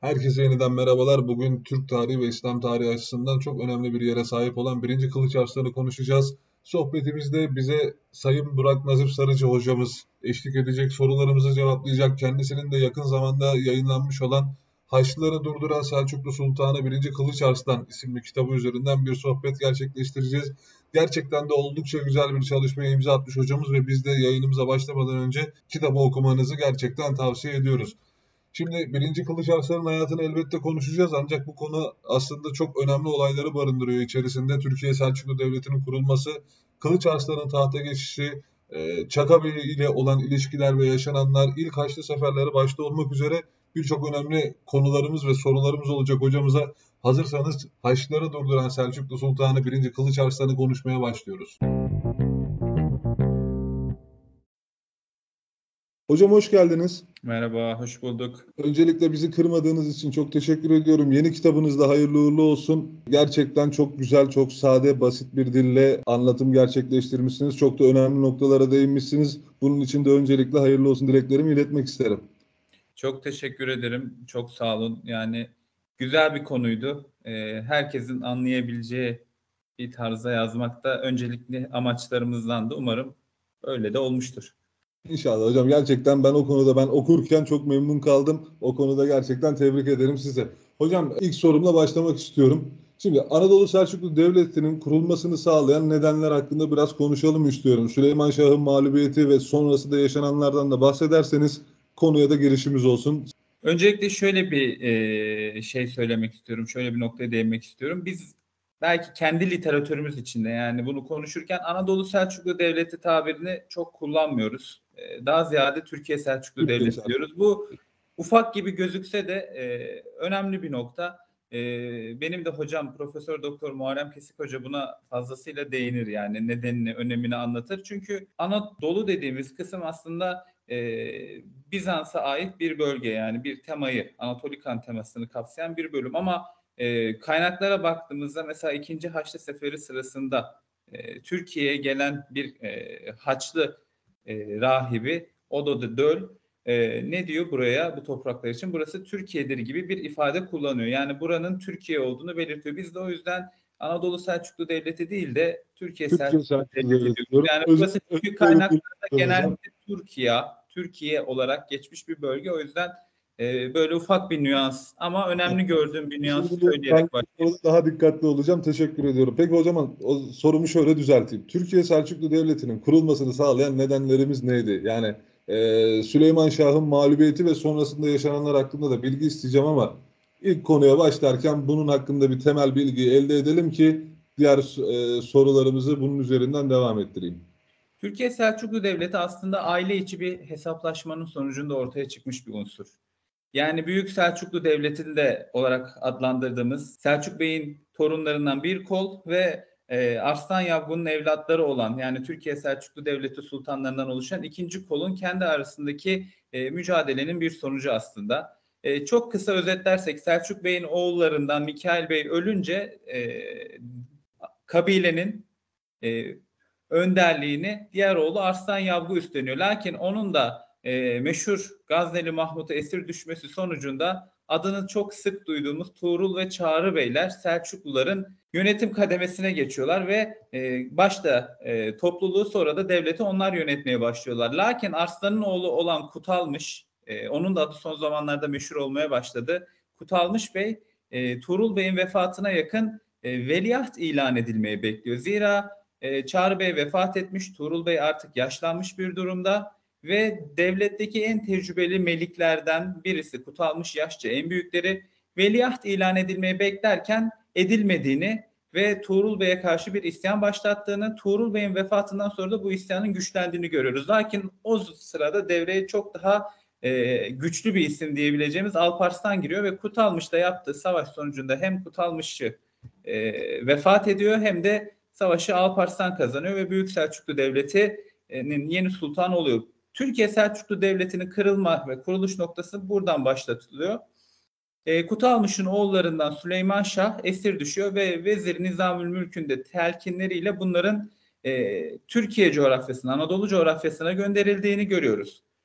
Herkese yeniden merhabalar. Bugün Türk tarihi ve İslam tarihi açısından çok önemli bir yere sahip olan 1. Kılıç Arslan'ı konuşacağız. Sohbetimizde bize Sayın Burak Nazif Sarıcı hocamız eşlik edecek, sorularımızı cevaplayacak. Kendisinin de yakın zamanda yayınlanmış olan Haçlıları Durduran Selçuklu Sultanı 1. Kılıç Arslan isimli kitabı üzerinden bir sohbet gerçekleştireceğiz. Gerçekten de oldukça güzel bir çalışmaya imza atmış hocamız ve biz de yayınımıza başlamadan önce kitabı okumanızı gerçekten tavsiye ediyoruz. Şimdi birinci Kılıç Arslan'ın hayatını elbette konuşacağız ancak bu konu aslında çok önemli olayları barındırıyor içerisinde. Türkiye Selçuklu Devleti'nin kurulması, Kılıç Arslan'ın tahta geçişi, Çakabey ile olan ilişkiler ve yaşananlar, ilk Haçlı seferleri başta olmak üzere birçok önemli konularımız ve sorularımız olacak hocamıza. Hazırsanız Haçlıları durduran Selçuklu Sultanı 1. Kılıç Arslan'ı konuşmaya başlıyoruz. Hocam hoş geldiniz. Merhaba, hoş bulduk. Öncelikle bizi kırmadığınız için çok teşekkür ediyorum. Yeni kitabınız da hayırlı uğurlu olsun. Gerçekten çok güzel, çok sade, basit bir dille anlatım gerçekleştirmişsiniz. Çok da önemli noktalara değinmişsiniz. Bunun için de öncelikle hayırlı olsun dileklerimi iletmek isterim. Çok teşekkür ederim. Çok sağ olun. Yani güzel bir konuydu. Herkesin anlayabileceği bir tarzda yazmak da öncelikli amaçlarımızdan da umarım öyle de olmuştur. İnşallah hocam, gerçekten ben okurken çok memnun kaldım. O konuda gerçekten tebrik ederim size. Hocam ilk sorumla başlamak istiyorum. Şimdi Anadolu Selçuklu Devleti'nin kurulmasını sağlayan nedenler hakkında biraz konuşalım istiyorum. Süleyman Şah'ın mağlubiyeti ve sonrasında yaşananlardan da bahsederseniz konuya da girişimiz olsun. Öncelikle şöyle bir şey söylemek istiyorum. Şöyle bir noktaya değinmek istiyorum. Biz belki kendi literatürümüz içinde yani bunu konuşurken Anadolu Selçuklu Devleti tabirini çok kullanmıyoruz. Daha ziyade Türkiye Selçuklu Türkiye Devleti Selçuklu. diyoruz. Bu ufak gibi gözükse de önemli bir nokta. Benim de hocam Profesör Doktor Muharrem Kesik Hoca buna fazlasıyla değinir yani nedenini, önemini anlatır. Çünkü Anadolu dediğimiz kısım aslında Bizans'a ait bir bölge yani bir temayı, Anatolikan temasını kapsayan bir bölüm ama kaynaklara baktığımızda mesela 2. Haçlı Seferi sırasında Türkiye'ye gelen bir Haçlı rahibi Odo de Döl ne diyor buraya bu topraklar için? Burası Türkiye'dir gibi bir ifade kullanıyor. Yani buranın Türkiye olduğunu belirtiyor. Biz de o yüzden Anadolu Selçuklu Devleti değil de Türkiye Türkiye Selçuklu Selçuklu Devleti Devleti diyoruz. diyorum. Yani burası çünkü Özellikle kaynaklarda hocam. genellikle Türkiye olarak geçmiş bir bölge. O yüzden böyle ufak bir nüans ama önemli gördüğüm bir nüans Şimdi ben söyleyerek başlayayım. daha dikkatli olacağım. Teşekkür ediyorum. Peki o zaman sorumu şöyle düzelteyim. Türkiye Selçuklu Devleti'nin kurulmasını sağlayan nedenlerimiz neydi? Yani Süleyman Şah'ın mağlubiyeti ve sonrasında yaşananlar hakkında da bilgi isteyeceğim ama ilk konuya başlarken bunun hakkında bir temel bilgi elde edelim ki diğer sorularımızı bunun üzerinden devam ettireyim. Türkiye Selçuklu Devleti aslında aile içi bir hesaplaşmanın sonucunda ortaya çıkmış bir unsur. Yani Büyük Selçuklu Devleti'nde olarak adlandırdığımız Selçuk Bey'in torunlarından bir kol ve Arslan Yavgun'un evlatları olan yani Türkiye Selçuklu Devleti sultanlarından oluşan ikinci kolun kendi arasındaki mücadelenin bir sonucu aslında. Çok kısa özetlersek Selçuk Bey'in oğullarından Mikail Bey ölünce kabilenin e, önderliğini diğer oğlu Arslan Yavgu üstleniyor. Lakin onun da meşhur Gazneli Mahmut'a esir düşmesi sonucunda adını çok sık duyduğumuz Tuğrul ve Çağrı Beyler Selçukluların yönetim kademesine geçiyorlar ve başta topluluğu sonra da devleti onlar yönetmeye başlıyorlar. Lakin Arslan'ın oğlu olan Kutalmış, onun da adı son zamanlarda meşhur olmaya başladı. Kutalmış Bey, Tuğrul Bey'in vefatına yakın veliaht ilan edilmeyi bekliyor. Zira Çağrı Bey vefat etmiş, Tuğrul Bey artık yaşlanmış bir durumda ve devletteki en tecrübeli meliklerden birisi Kutalmış yaşça en büyükleri veliaht ilan edilmeyi beklerken edilmediğini ve Tuğrul Bey'e karşı bir isyan başlattığını, Tuğrul Bey'in vefatından sonra da bu isyanın güçlendiğini görüyoruz. Lakin o sırada devreye çok daha güçlü bir isim diyebileceğimiz Alparslan giriyor ve Kutalmış'ta yaptığı savaş sonucunda hem Kutalmış'ı vefat ediyor hem de savaşı Alparslan kazanıyor ve Büyük Selçuklu Devleti'nin yeni sultanı oluyor. Türkiye Selçuklu Devleti'nin kırılma ve kuruluş noktası buradan başlatılıyor. Kutalmış'ın oğullarından Süleyman Şah esir düşüyor ve Vezir Nizamülmülk'ün de telkinleriyle bunların Türkiye coğrafyasına, Anadolu coğrafyasına gönderildiğini görüyoruz.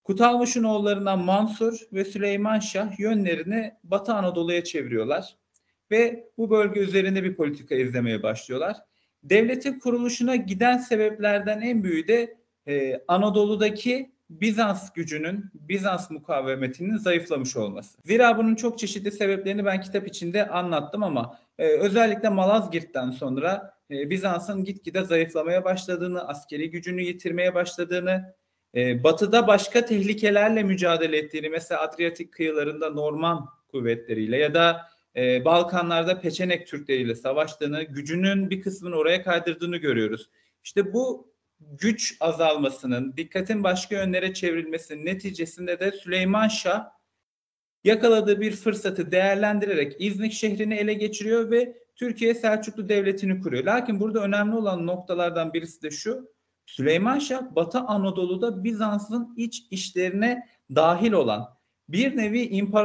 Kutalmış'ın oğullarından Mansur ve Süleyman Şah yönlerini Batı Anadolu'ya çeviriyorlar ve bu bölge üzerinde bir politika izlemeye başlıyorlar. Devletin kuruluşuna giden sebeplerden en büyüğü de Anadolu'daki Bizans gücünün, Bizans mukavemetinin zayıflamış olması. Zira bunun çok çeşitli sebeplerini ben kitap içinde anlattım ama özellikle Malazgirt'ten sonra Bizans'ın gitgide zayıflamaya başladığını, askeri gücünü yitirmeye başladığını, batıda başka tehlikelerle mücadele ettiğini, mesela Adriyatik kıyılarında Norman kuvvetleriyle ya da Balkanlarda Peçenek Türkleriyle savaştığını, gücünün bir kısmını oraya kaydırdığını görüyoruz. İşte bu güç azalmasının, dikkatin başka yönlere çevrilmesinin neticesinde de Süleyman Şah yakaladığı bir fırsatı değerlendirerek İznik şehrini ele geçiriyor ve Türkiye Selçuklu Devleti'ni kuruyor. Lakin burada önemli olan noktalardan birisi de şu: Süleyman Şah Batı Anadolu'da Bizans'ın iç işlerine dahil olan, bir nevi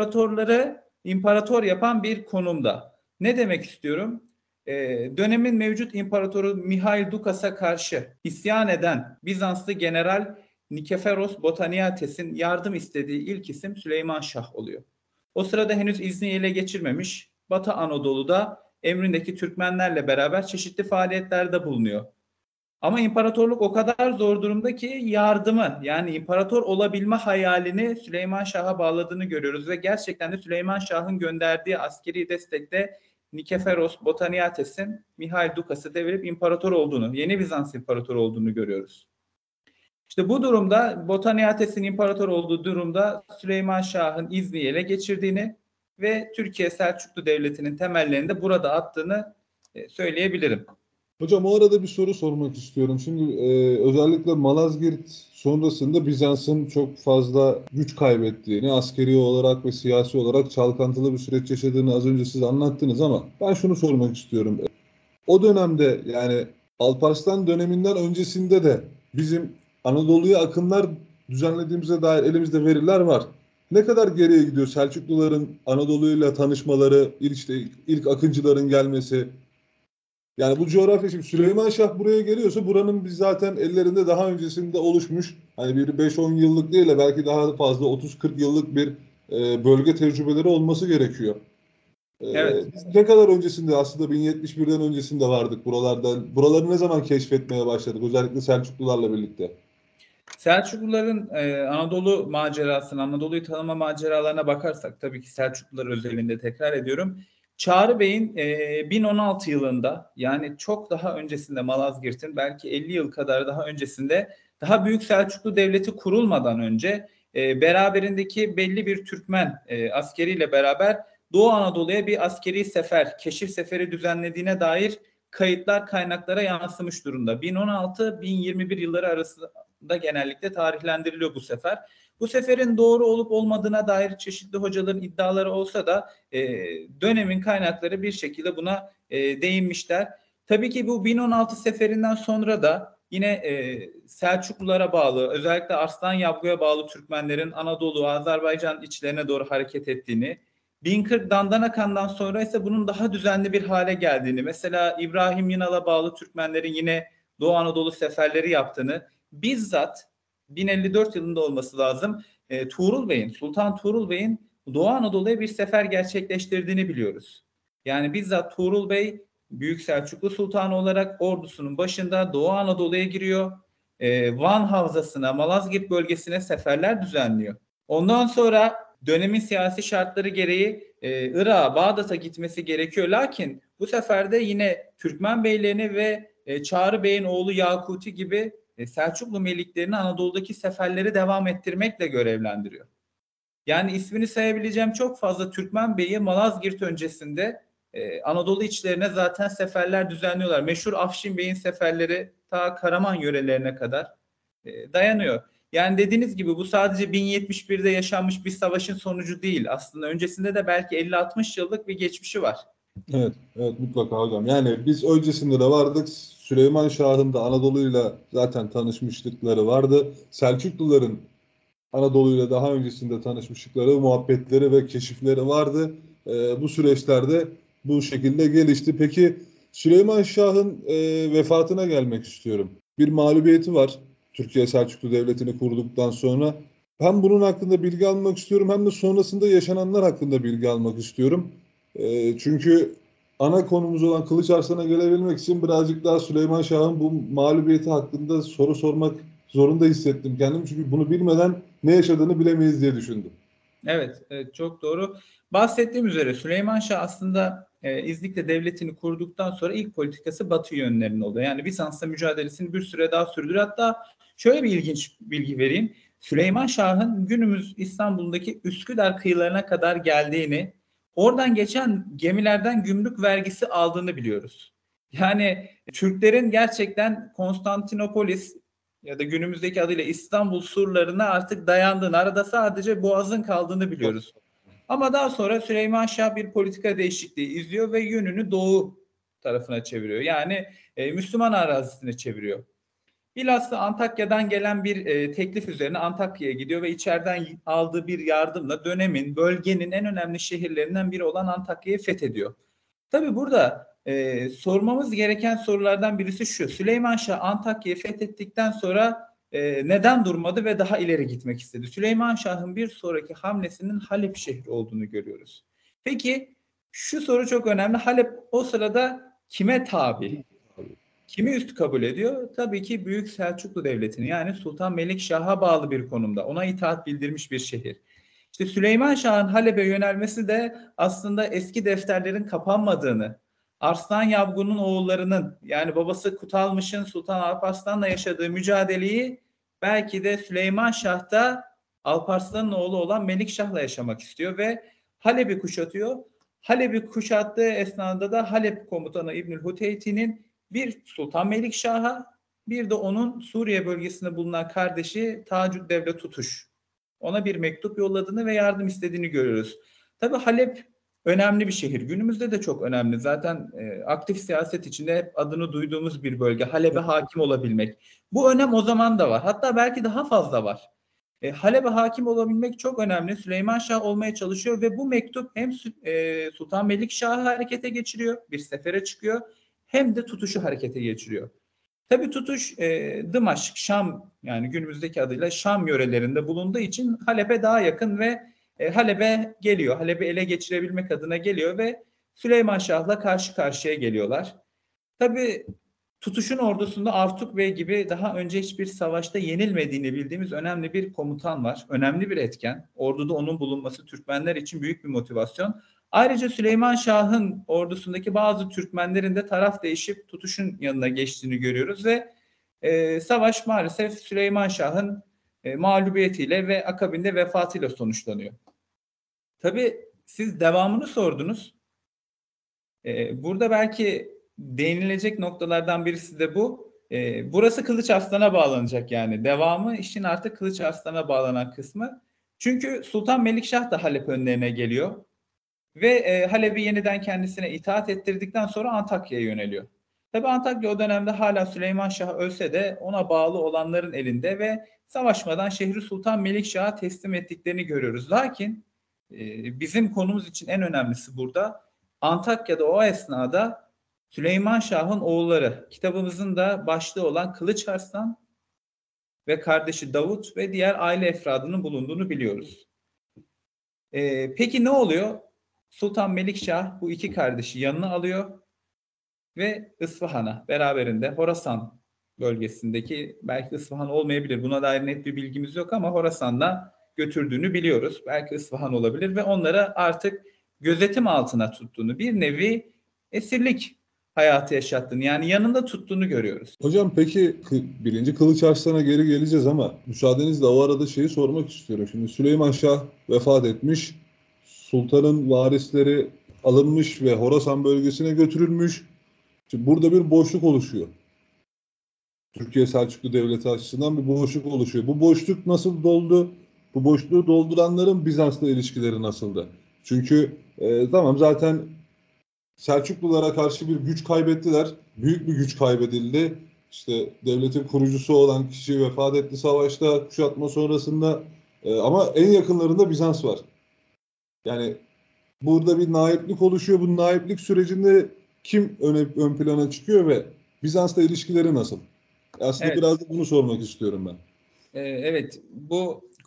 imparator yapan bir konumda. Ne demek istiyorum? Dönemin mevcut imparatoru Mihail Dukas'a karşı isyan eden Bizanslı General Nikeforos Botaniates'in yardım istediği ilk isim Süleyman Şah oluyor. O sırada henüz İznik'i ele geçirmemiş, Batı Anadolu'da emrindeki Türkmenlerle beraber çeşitli faaliyetlerde bulunuyor. Ama imparatorluk o kadar zor durumda ki yardımı, yani imparator olabilme hayalini Süleyman Şah'a bağladığını görüyoruz ve gerçekten de Süleyman Şah'ın gönderdiği askeri destekte Nikeforos Botaniates'in Mihail Dukas'ı devirip imparator olduğunu, yeni Bizans imparatoru olduğunu görüyoruz. İşte bu durumda, Botaniates'in imparator olduğu durumda Süleyman Şah'ın İznik'i ele geçirdiğini ve Türkiye Selçuklu Devleti'nin temellerini de burada attığını söyleyebilirim. Hocam o arada bir soru sormak istiyorum. Şimdi özellikle Malazgirt sonrasında Bizans'ın çok fazla güç kaybettiğini, askeri olarak ve siyasi olarak çalkantılı bir süreç yaşadığını az önce siz anlattınız ama ben şunu sormak istiyorum. O dönemde, yani Alparslan döneminden öncesinde de bizim Anadolu'ya akınlar düzenlediğimize dair elimizde veriler var. Ne kadar geriye gidiyor Selçukluların Anadolu'yla tanışmaları, ilk akıncıların gelmesi? Yani bu coğrafya, şimdi Süleyman Şah buraya geliyorsa buranın biz zaten ellerinde daha öncesinde oluşmuş, hani bir 5-10 yıllık değil de belki daha fazla 30-40 yıllık bir bölge tecrübeleri olması gerekiyor. Evet. Biz ne kadar öncesinde, aslında 1071'den öncesinde vardık buralarda. Buraları ne zaman keşfetmeye başladık, özellikle Selçuklularla birlikte? Selçukluların Anadolu macerasına, Anadolu'yu tanıma maceralarına bakarsak, tabii ki Selçuklular özelinde tekrar ediyorum. Çağrı Bey'in 1016 yılında, yani çok daha öncesinde, Malazgirt'in belki 50 yıl kadar daha öncesinde, daha Büyük Selçuklu Devleti kurulmadan önce beraberindeki belli bir Türkmen askeriyle beraber Doğu Anadolu'ya bir askeri sefer, keşif seferi düzenlediğine dair kayıtlar kaynaklara yansımış durumda. 1016-1021 yılları arası da genellikle tarihlendiriliyor bu sefer. Bu seferin doğru olup olmadığına dair çeşitli hocaların iddiaları olsa da dönemin kaynakları bir şekilde buna değinmişler. Tabii ki bu 1016 seferinden sonra da yine Selçuklulara bağlı, özellikle Arslan Yabgu'ya bağlı Türkmenlerin Anadolu, Azerbaycan içlerine doğru hareket ettiğini, 1040 Dandanakan'dan sonra ise bunun daha düzenli bir hale geldiğini, mesela İbrahim Yınal'a bağlı Türkmenlerin yine Doğu Anadolu seferleri yaptığını, bizzat 1054 yılında olması lazım, Tuğrul Bey'in, Sultan Tuğrul Bey'in Doğu Anadolu'ya bir sefer gerçekleştirdiğini biliyoruz. Yani bizzat Tuğrul Bey Büyük Selçuklu Sultanı olarak ordusunun başında Doğu Anadolu'ya giriyor. Van Havzası'na, Malazgirt bölgesine seferler düzenliyor. Ondan sonra dönemin siyasi şartları gereği Irak'a, Bağdat'a gitmesi gerekiyor. Lakin bu sefer de yine Türkmen beylerini ve Çağrı Bey'in oğlu Yakuti gibi Selçuklu meliklerini Anadolu'daki seferleri devam ettirmekle görevlendiriyor. Yani ismini sayabileceğim çok fazla Türkmen beyi Malazgirt öncesinde Anadolu içlerine zaten seferler düzenliyorlar. Meşhur Afşin Bey'in seferleri ta Karaman yörelerine kadar dayanıyor. Yani dediğiniz gibi bu sadece 1071'de yaşanmış bir savaşın sonucu değil. Aslında öncesinde de belki 50-60 yıllık bir geçmişi var. Evet, evet, mutlaka hocam. Yani biz öncesinde de vardık. Süleyman Şah'ın da Anadolu'yla zaten tanışmışlıkları vardı. Selçukluların Anadolu'yla daha öncesinde tanışmışlıkları, muhabbetleri ve keşifleri vardı. Bu süreçlerde bu şekilde gelişti. Peki Süleyman Şah'ın vefatına gelmek istiyorum. Bir mağlubiyeti var Türkiye Selçuklu Devleti'ni kurduktan sonra. Hem bunun hakkında bilgi almak istiyorum hem de sonrasında yaşananlar hakkında bilgi almak istiyorum. Çünkü ana konumuz olan Kılıç Arslan'a gelebilmek için birazcık daha Süleyman Şah'ın bu mağlubiyeti hakkında soru sormak zorunda hissettim kendimi. Çünkü bunu bilmeden ne yaşadığını bilemeyiz diye düşündüm. Evet, evet, çok doğru. Bahsettiğim üzere Süleyman Şah aslında İznik'te devletini kurduktan sonra ilk politikası Batı yönlerinde oluyor. Yani Bizans'la mücadelesini bir süre daha sürdürüyor. Hatta şöyle bir ilginç bilgi vereyim. Süleyman Şah'ın günümüz İstanbul'daki Üsküdar kıyılarına kadar geldiğini, oradan geçen gemilerden gümrük vergisi aldığını biliyoruz. Yani Türklerin gerçekten Konstantinopolis ya da günümüzdeki adıyla İstanbul surlarına artık dayandığını, arada sadece Boğaz'ın kaldığını biliyoruz. Ama daha sonra Süleyman Şah bir politika değişikliği izliyor ve yönünü doğu tarafına çeviriyor. Yani Müslüman arazisine çeviriyor. Bilhassa Antakya'dan gelen bir teklif üzerine Antakya'ya gidiyor ve içeriden aldığı bir yardımla dönemin, bölgenin en önemli şehirlerinden biri olan Antakya'yı fethediyor. Tabii burada sormamız gereken sorulardan birisi şu. Süleyman Şah Antakya'yı fethettikten sonra neden durmadı ve daha ileri gitmek istedi? Süleyman Şah'ın bir sonraki hamlesinin Halep şehri olduğunu görüyoruz. Peki şu soru çok önemli. Halep o sırada kime tabi? Kimi üst kabul ediyor? Tabii ki Büyük Selçuklu Devleti'ni, yani Sultan Melikşah'a bağlı bir konumda. Ona itaat bildirmiş bir şehir. İşte Süleyman Şah'ın Halep'e yönelmesi de aslında eski defterlerin kapanmadığını, Arslan Yavgun'un oğullarının, yani babası Kutalmış'ın Sultan Alparslan'la yaşadığı mücadeleyi belki de Süleyman Şah da Alparslan'ın oğlu olan Melikşah'la yaşamak istiyor ve Halep'i kuşatıyor. Halep'i kuşattığı esnada da Halep komutanı İbnül Huteyti'nin bir Sultan Melikşah'a, bir de onun Suriye bölgesinde bulunan kardeşi Tacuddevle Tutuş, ona bir mektup yolladığını ve yardım istediğini görüyoruz. Tabii Halep önemli bir şehir. Günümüzde de çok önemli. Zaten aktif siyaset içinde hep adını duyduğumuz bir bölge. Halep'e hakim olabilmek. Bu önem o zaman da var. Hatta belki daha fazla var. Halep'e hakim olabilmek çok önemli. Süleyman Şah olmaya çalışıyor ve bu mektup hem Sultan Melikşah'ı harekete geçiriyor, bir sefere çıkıyor, hem de Tutuş'u harekete geçiriyor. Tabii Tutuş Dımaşk, Şam, yani günümüzdeki adıyla Şam yörelerinde bulunduğu için Halep'e daha yakın ve Halep'e geliyor. Halep'i ele geçirebilmek adına geliyor ve Süleyman Şah'la karşı karşıya geliyorlar. Tabii Tutuş'un ordusunda Artuk Bey gibi daha önce hiçbir savaşta yenilmediğini bildiğimiz önemli bir komutan var. Önemli bir etken. Orduda onun bulunması Türkmenler için büyük bir motivasyon. Ayrıca Süleyman Şah'ın ordusundaki bazı Türkmenlerin de taraf değişip Tutuş'un yanına geçtiğini görüyoruz ve savaş maalesef Süleyman Şah'ın mağlubiyetiyle ve akabinde vefatıyla sonuçlanıyor. Tabii siz devamını sordunuz. Burada belki değinilecek noktalardan birisi de bu. Burası Kılıç Arslan'a bağlanacak yani. Devamı işin artık Kılıç Arslan'a bağlanan kısmı. Çünkü Sultan Melikşah da Halep önlerine geliyor. Ve Halep'i yeniden kendisine itaat ettirdikten sonra Antakya'ya yöneliyor. Tabi Antakya o dönemde hala Süleyman Şah ölse de ona bağlı olanların elinde ve savaşmadan şehri Sultan Melikşah'a teslim ettiklerini görüyoruz. Lakin bizim konumuz için en önemlisi burada Antakya'da o esnada Süleyman Şah'ın oğulları, kitabımızın da başlığı olan Kılıç Arslan ve kardeşi Davut ve diğer aile efradının bulunduğunu biliyoruz. Peki ne oluyor? Sultan Melikşah bu iki kardeşi yanına alıyor ve İsfahan'a beraberinde Horasan bölgesindeki, belki İsfahan olmayabilir, buna dair net bir bilgimiz yok ama Horasan'da götürdüğünü biliyoruz. Belki İsfahan olabilir ve onları artık gözetim altına tuttuğunu, bir nevi esirlik hayatı yaşattığını, yani yanında tuttuğunu görüyoruz. Hocam peki birinci Kılıç Arslan'a geri geleceğiz ama müsaadenizle o arada şeyi sormak istiyorum. Şimdi Süleyman Şah vefat etmiş, sultanın varisleri alınmış ve Horasan bölgesine götürülmüş. Şimdi burada bir boşluk oluşuyor. Türkiye Selçuklu Devleti açısından bir boşluk oluşuyor. Bu boşluk nasıl doldu? Bu boşluğu dolduranların Bizans'la ilişkileri nasıldı? Çünkü tamam zaten Selçuklulara karşı bir güç kaybettiler. Büyük bir güç kaybedildi. İşte devletin kurucusu olan kişi vefat etti savaşta, kuşatma sonrasında. Ama en yakınlarında Bizans var. Yani burada bir naiplik oluşuyor. Bu naiplik sürecinde kim ön plana çıkıyor ve Bizans'la ilişkileri nasıl? Aslında Evet. biraz da bunu sormak istiyorum ben. Evet, bu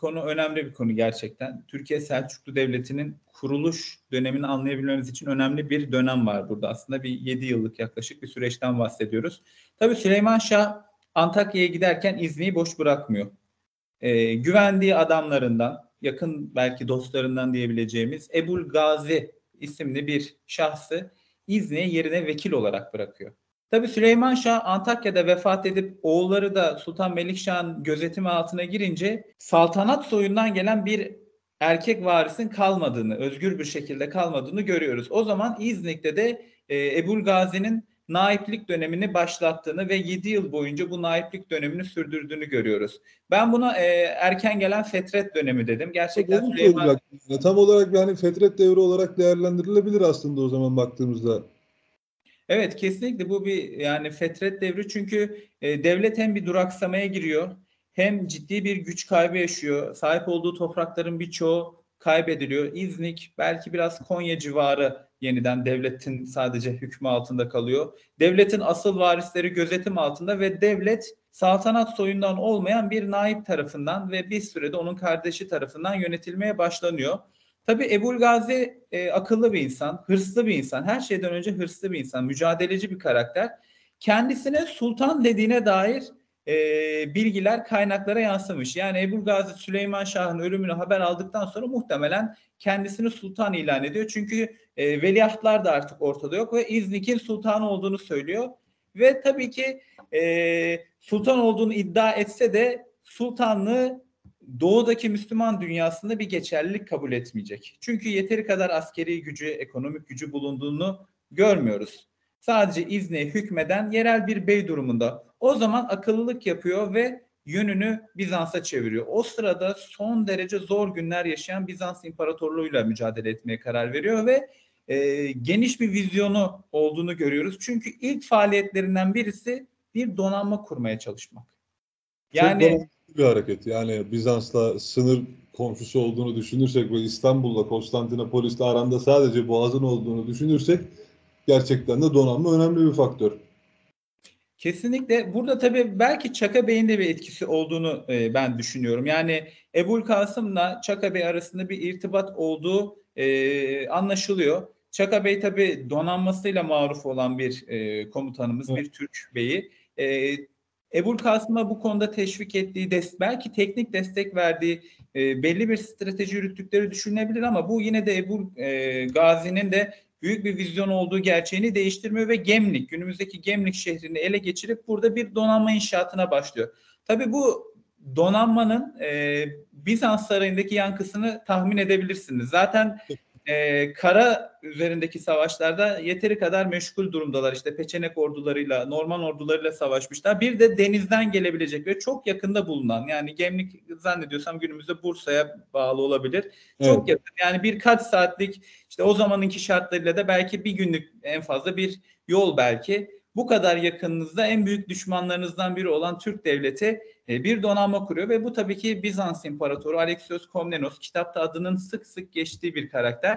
konu önemli bir konu gerçekten. Türkiye Selçuklu Devleti'nin kuruluş dönemini anlayabilmemiz için önemli bir dönem var burada. Aslında bir 7 yıllık yaklaşık bir süreçten bahsediyoruz. Tabii Süleyman Şah Antakya'ya giderken İznik'i boş bırakmıyor. Güvendiği adamlarından, yakın belki dostlarından diyebileceğimiz Ebul Gazi isimli bir şahsı İznik'e yerine vekil olarak bırakıyor. Tabii Süleyman Şah Antakya'da vefat edip oğulları da Sultan Melikşah'ın gözetimi altına girince saltanat soyundan gelen bir erkek varisin kalmadığını, özgür bir şekilde kalmadığını görüyoruz. O zaman İznik'te de Ebul Gazi'nin naiplik dönemini başlattığını ve 7 yıl boyunca bu naiplik dönemini sürdürdüğünü görüyoruz. Ben buna erken gelen fetret dönemi dedim. Gerçekten Onu Süleyman... soracaktım. Yani tam olarak yani fetret devri olarak değerlendirilebilir aslında o zaman baktığımızda. Evet, kesinlikle bu bir yani fetret devri, çünkü devlet hem bir duraksamaya giriyor hem ciddi bir güç kaybı yaşıyor. Sahip olduğu toprakların birçoğu kaybediliyor. İznik, belki biraz Konya civarı yeniden devletin sadece hükmü altında kalıyor. Devletin asıl varisleri gözetim altında ve devlet saltanat soyundan olmayan bir naip tarafından ve bir sürede onun kardeşi tarafından yönetilmeye başlanıyor. Tabii Ebul Gazi akıllı bir insan, hırslı bir insan. Her şeyden önce hırslı bir insan, mücadeleci bir karakter. Kendisine sultan dediğine dair bilgiler kaynaklara yansımış. Yani Ebul Gazi Süleyman Şah'ın ölümünü haber aldıktan sonra muhtemelen kendisini sultan ilan ediyor. Çünkü veliahtlar da artık ortada yok ve İznik'in sultanı olduğunu söylüyor. Ve tabii ki sultan olduğunu iddia etse de sultanlığı Doğudaki Müslüman dünyasında bir geçerlilik kabul etmeyecek. Çünkü yeteri kadar askeri gücü, ekonomik gücü bulunduğunu görmüyoruz. Sadece İznik'e hükmeden yerel bir bey durumunda. O zaman akıllılık yapıyor ve yönünü Bizans'a çeviriyor. O sırada son derece zor günler yaşayan Bizans İmparatorluğu'yla mücadele etmeye karar veriyor ve geniş bir vizyonu olduğunu görüyoruz. Çünkü ilk faaliyetlerinden birisi bir donanma kurmaya çalışmak. Çok Yani donanımlı bir hareket. Yani Bizans'la sınır komşusu olduğunu düşünürsek ve İstanbul'la Konstantinopolis'le aranda sadece Boğaz'ın olduğunu düşünürsek gerçekten de donanma önemli bir faktör. kesinlikle. Burada tabii belki Çaka Bey'in de bir etkisi olduğunu ben düşünüyorum. Yani Ebul Kasım'la Çaka Bey arasında bir irtibat olduğu anlaşılıyor. Çaka Bey tabii donanmasıyla maruf olan bir komutanımız, Evet. bir Türk beyi. Ebul Kasım'a bu konuda teşvik ettiği, belki teknik destek verdiği, belli bir strateji yürüttükleri düşünülebilir ama bu yine de Ebul Gazi'nin de büyük bir vizyon olduğu gerçeğini değiştirmiyor ve Gemlik, günümüzdeki Gemlik şehrini ele geçirip burada bir donanma inşaatına başlıyor. Tabii bu donanmanın Bizans sarayındaki yankısını tahmin edebilirsiniz. Zaten kara üzerindeki savaşlarda yeteri kadar meşgul durumdalar. İşte Peçenek ordularıyla, Norman ordularıyla savaşmışlar. Bir de denizden gelebilecek ve çok yakında bulunan, yani Gemlik zannediyorsam günümüzde Bursa'ya bağlı olabilir. Evet. Çok yakın, yani birkaç saatlik, işte o zamanınki şartlarıyla da belki bir günlük en fazla bir yol belki. Bu kadar yakınınızda en büyük düşmanlarınızdan biri olan Türk devleti bir donanma kuruyor ve bu tabii ki Bizans İmparatoru Alexios Komnenos, kitapta adının sık sık geçtiği bir karakter.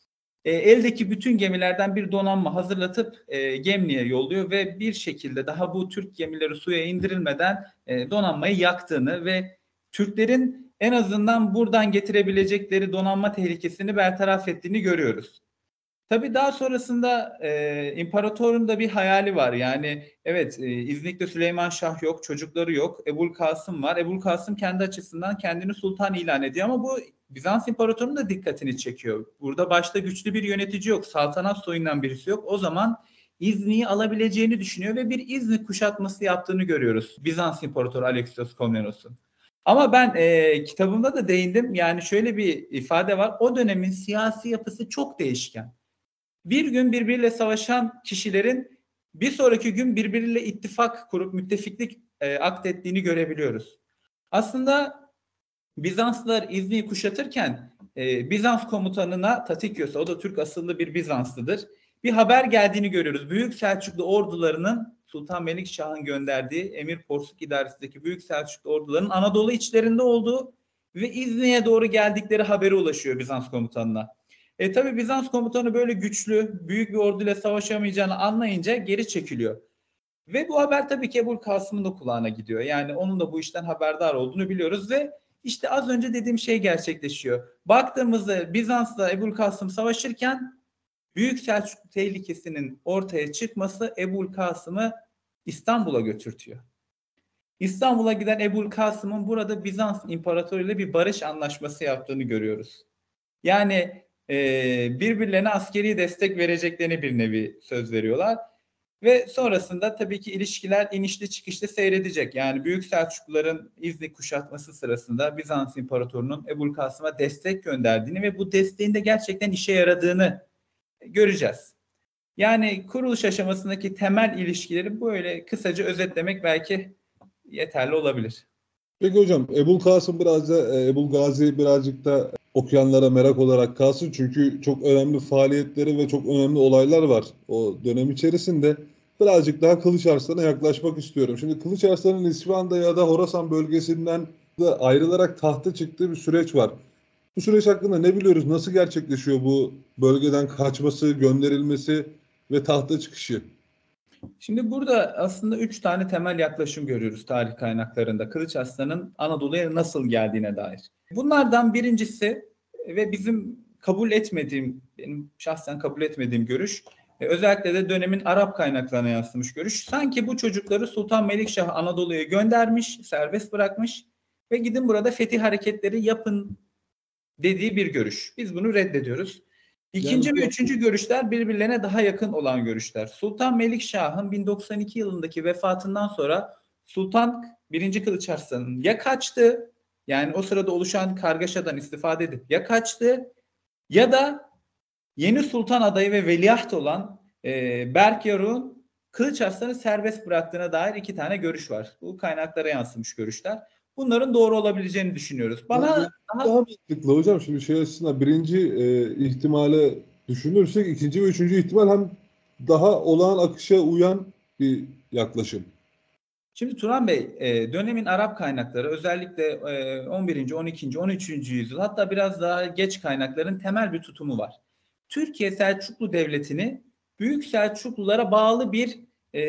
Eldeki bütün gemilerden bir donanma hazırlatıp Gemli'ye yolluyor ve bir şekilde daha bu Türk gemileri suya indirilmeden donanmayı yaktığını ve Türklerin en azından buradan getirebilecekleri donanma tehlikesini bertaraf ettiğini görüyoruz. Tabii daha sonrasında imparatorun da bir hayali var. Yani evet, İznik'te Süleyman Şah yok, çocukları yok. Ebul Kasım var. Ebul Kasım kendi açısından kendini sultan ilan ediyor ama bu Bizans İmparatorunun da dikkatini çekiyor. Burada başta güçlü bir yönetici yok, saltanat soyundan birisi yok. O zaman İznik'i alabileceğini düşünüyor ve bir İznik kuşatması yaptığını görüyoruz Bizans İmparatoru Alexios Komnenos'un. Ama ben kitabımda da değindim. Yani şöyle bir ifade var. O dönemin siyasi yapısı çok değişken. Bir gün birbiriyle savaşan kişilerin bir sonraki gün birbiriyle ittifak kurup müttefiklik akdettiğini görebiliyoruz. Aslında Bizanslılar İznik'i kuşatırken Bizans komutanına Tatikyos'a, o da Türk asıllı bir Bizanslıdır, bir haber geldiğini görüyoruz. Büyük Selçuklu ordularının, Sultan Melikşah'ın gönderdiği Emir Porsuk idaresindeki Büyük Selçuklu ordularının Anadolu içlerinde olduğu ve İznik'e doğru geldikleri haberi ulaşıyor Bizans komutanına. Tabii Bizans komutanı böyle güçlü, büyük bir orduyla savaşamayacağını anlayınca geri çekiliyor. Ve bu haber tabii ki Ebul Kasım'ın da kulağına gidiyor. Yani onun da bu işten haberdar olduğunu biliyoruz ve İşte az önce dediğim şey gerçekleşiyor. Baktığımızda Bizans'la Ebu'l-Kasım savaşırken Büyük Selçuklu tehlikesinin ortaya çıkması Ebu'l-Kasım'ı İstanbul'a götürtüyor. İstanbul'a giden Ebu'l-Kasım'ın burada Bizans İmparatoru ile bir barış anlaşması yaptığını görüyoruz. Yani birbirlerine askeri destek vereceklerini bir nevi söz veriyorlar. Ve sonrasında tabii ki ilişkiler inişli çıkışlı seyredecek. Yani Büyük Selçukluların İznik kuşatması sırasında Bizans İmparatoru'nun Ebu'l-Kasım'a destek gönderdiğini ve bu desteğin de gerçekten işe yaradığını göreceğiz. Yani kuruluş aşamasındaki temel ilişkileri böyle kısaca özetlemek belki yeterli olabilir. Peki hocam, Ebu'l-Kasım biraz da Ebu'l-Gazi birazcık da okuyanlara merak olarak kalsın. Çünkü çok önemli faaliyetleri ve çok önemli olaylar var o dönem içerisinde. Birazcık daha Kılıç Arslan'a yaklaşmak istiyorum. Şimdi Kılıç Arslan'ın İsfahan'da ya da Horasan bölgesinden da ayrılarak tahta çıktığı bir süreç var. Bu süreç hakkında ne biliyoruz? Nasıl gerçekleşiyor bu bölgeden kaçması, gönderilmesi ve tahta çıkışı? Şimdi burada aslında 3 tane temel yaklaşım görüyoruz tarih kaynaklarında. Kılıç Arslan'ın Anadolu'ya nasıl geldiğine dair. Bunlardan birincisi ve benim şahsen kabul etmediğim görüş, özellikle de dönemin Arap kaynaklarına yansımış görüş. Sanki bu çocukları Sultan Melikşah Anadolu'ya göndermiş, serbest bırakmış ve gidin burada fetih hareketleri yapın dediği bir görüş. Biz bunu reddediyoruz. Yani İkinci ve bu üçüncü görüşler birbirlerine daha yakın olan görüşler. Sultan Melikşah'ın 1092 yılındaki vefatından sonra Sultan 1. Kılıç Arslan'ın ya kaçtı, yani o sırada oluşan kargaşadan istifade edip ya kaçtı ya da yeni sultan adayı ve veliaht olan Berk Yaruk'un Kılıç Arslan'ı serbest bıraktığına dair 2 tane görüş var. Bu kaynaklara yansımış görüşler. Bunların doğru olabileceğini düşünüyoruz. Bana bence daha daha mantıklı hocam. Şimdi şey açısından birinci ihtimale düşünürsek ikinci ve üçüncü ihtimal hem daha olağan akışa uyan bir yaklaşım. Şimdi Turan Bey, dönemin Arap kaynakları özellikle 11. 12. 13. yüzyıl, hatta biraz daha geç kaynakların temel bir tutumu var. Türkiye Selçuklu Devleti'ni Büyük Selçuklulara bağlı bir e,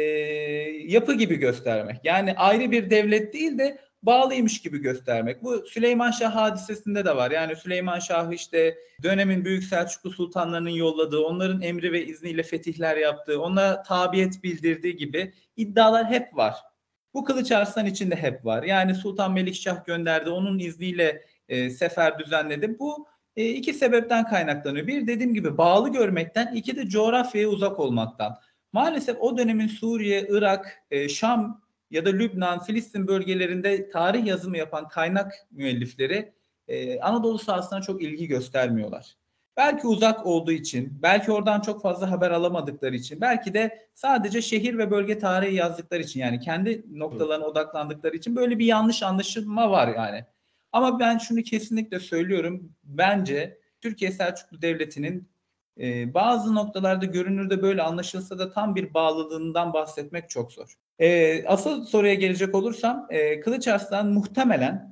yapı gibi göstermek. Yani ayrı bir devlet değil de bağlıymış gibi göstermek. Bu Süleyman Şah hadisesinde de var. Yani Süleyman Şah işte dönemin Büyük Selçuklu sultanlarının yolladığı, onların emri ve izniyle fetihler yaptığı, onlara tabiyet bildirdiği gibi iddialar hep var. Bu Kılıç Arslan için de hep var. Yani Sultan Melikşah gönderdi, onun izniyle sefer düzenledi. Bu iki sebepten kaynaklanıyor. Bir, dediğim gibi bağlı görmekten, iki de coğrafyaya uzak olmaktan. Maalesef o dönemin Suriye, Irak, Şam ya da Lübnan, Filistin bölgelerinde tarih yazımı yapan kaynak müellifleri Anadolu sahasına çok ilgi göstermiyorlar. Belki uzak olduğu için, belki oradan çok fazla haber alamadıkları için, belki de sadece şehir ve bölge tarihi yazdıkları için, yani kendi Evet. noktalarına odaklandıkları için böyle bir yanlış anlaşılma var yani. Ama ben şunu kesinlikle söylüyorum. Bence Türkiye Selçuklu Devleti'nin bazı noktalarda görünürde böyle anlaşılsa da tam bir bağlılığından bahsetmek çok zor. Asıl soruya gelecek olursam Kılıç Arslan muhtemelen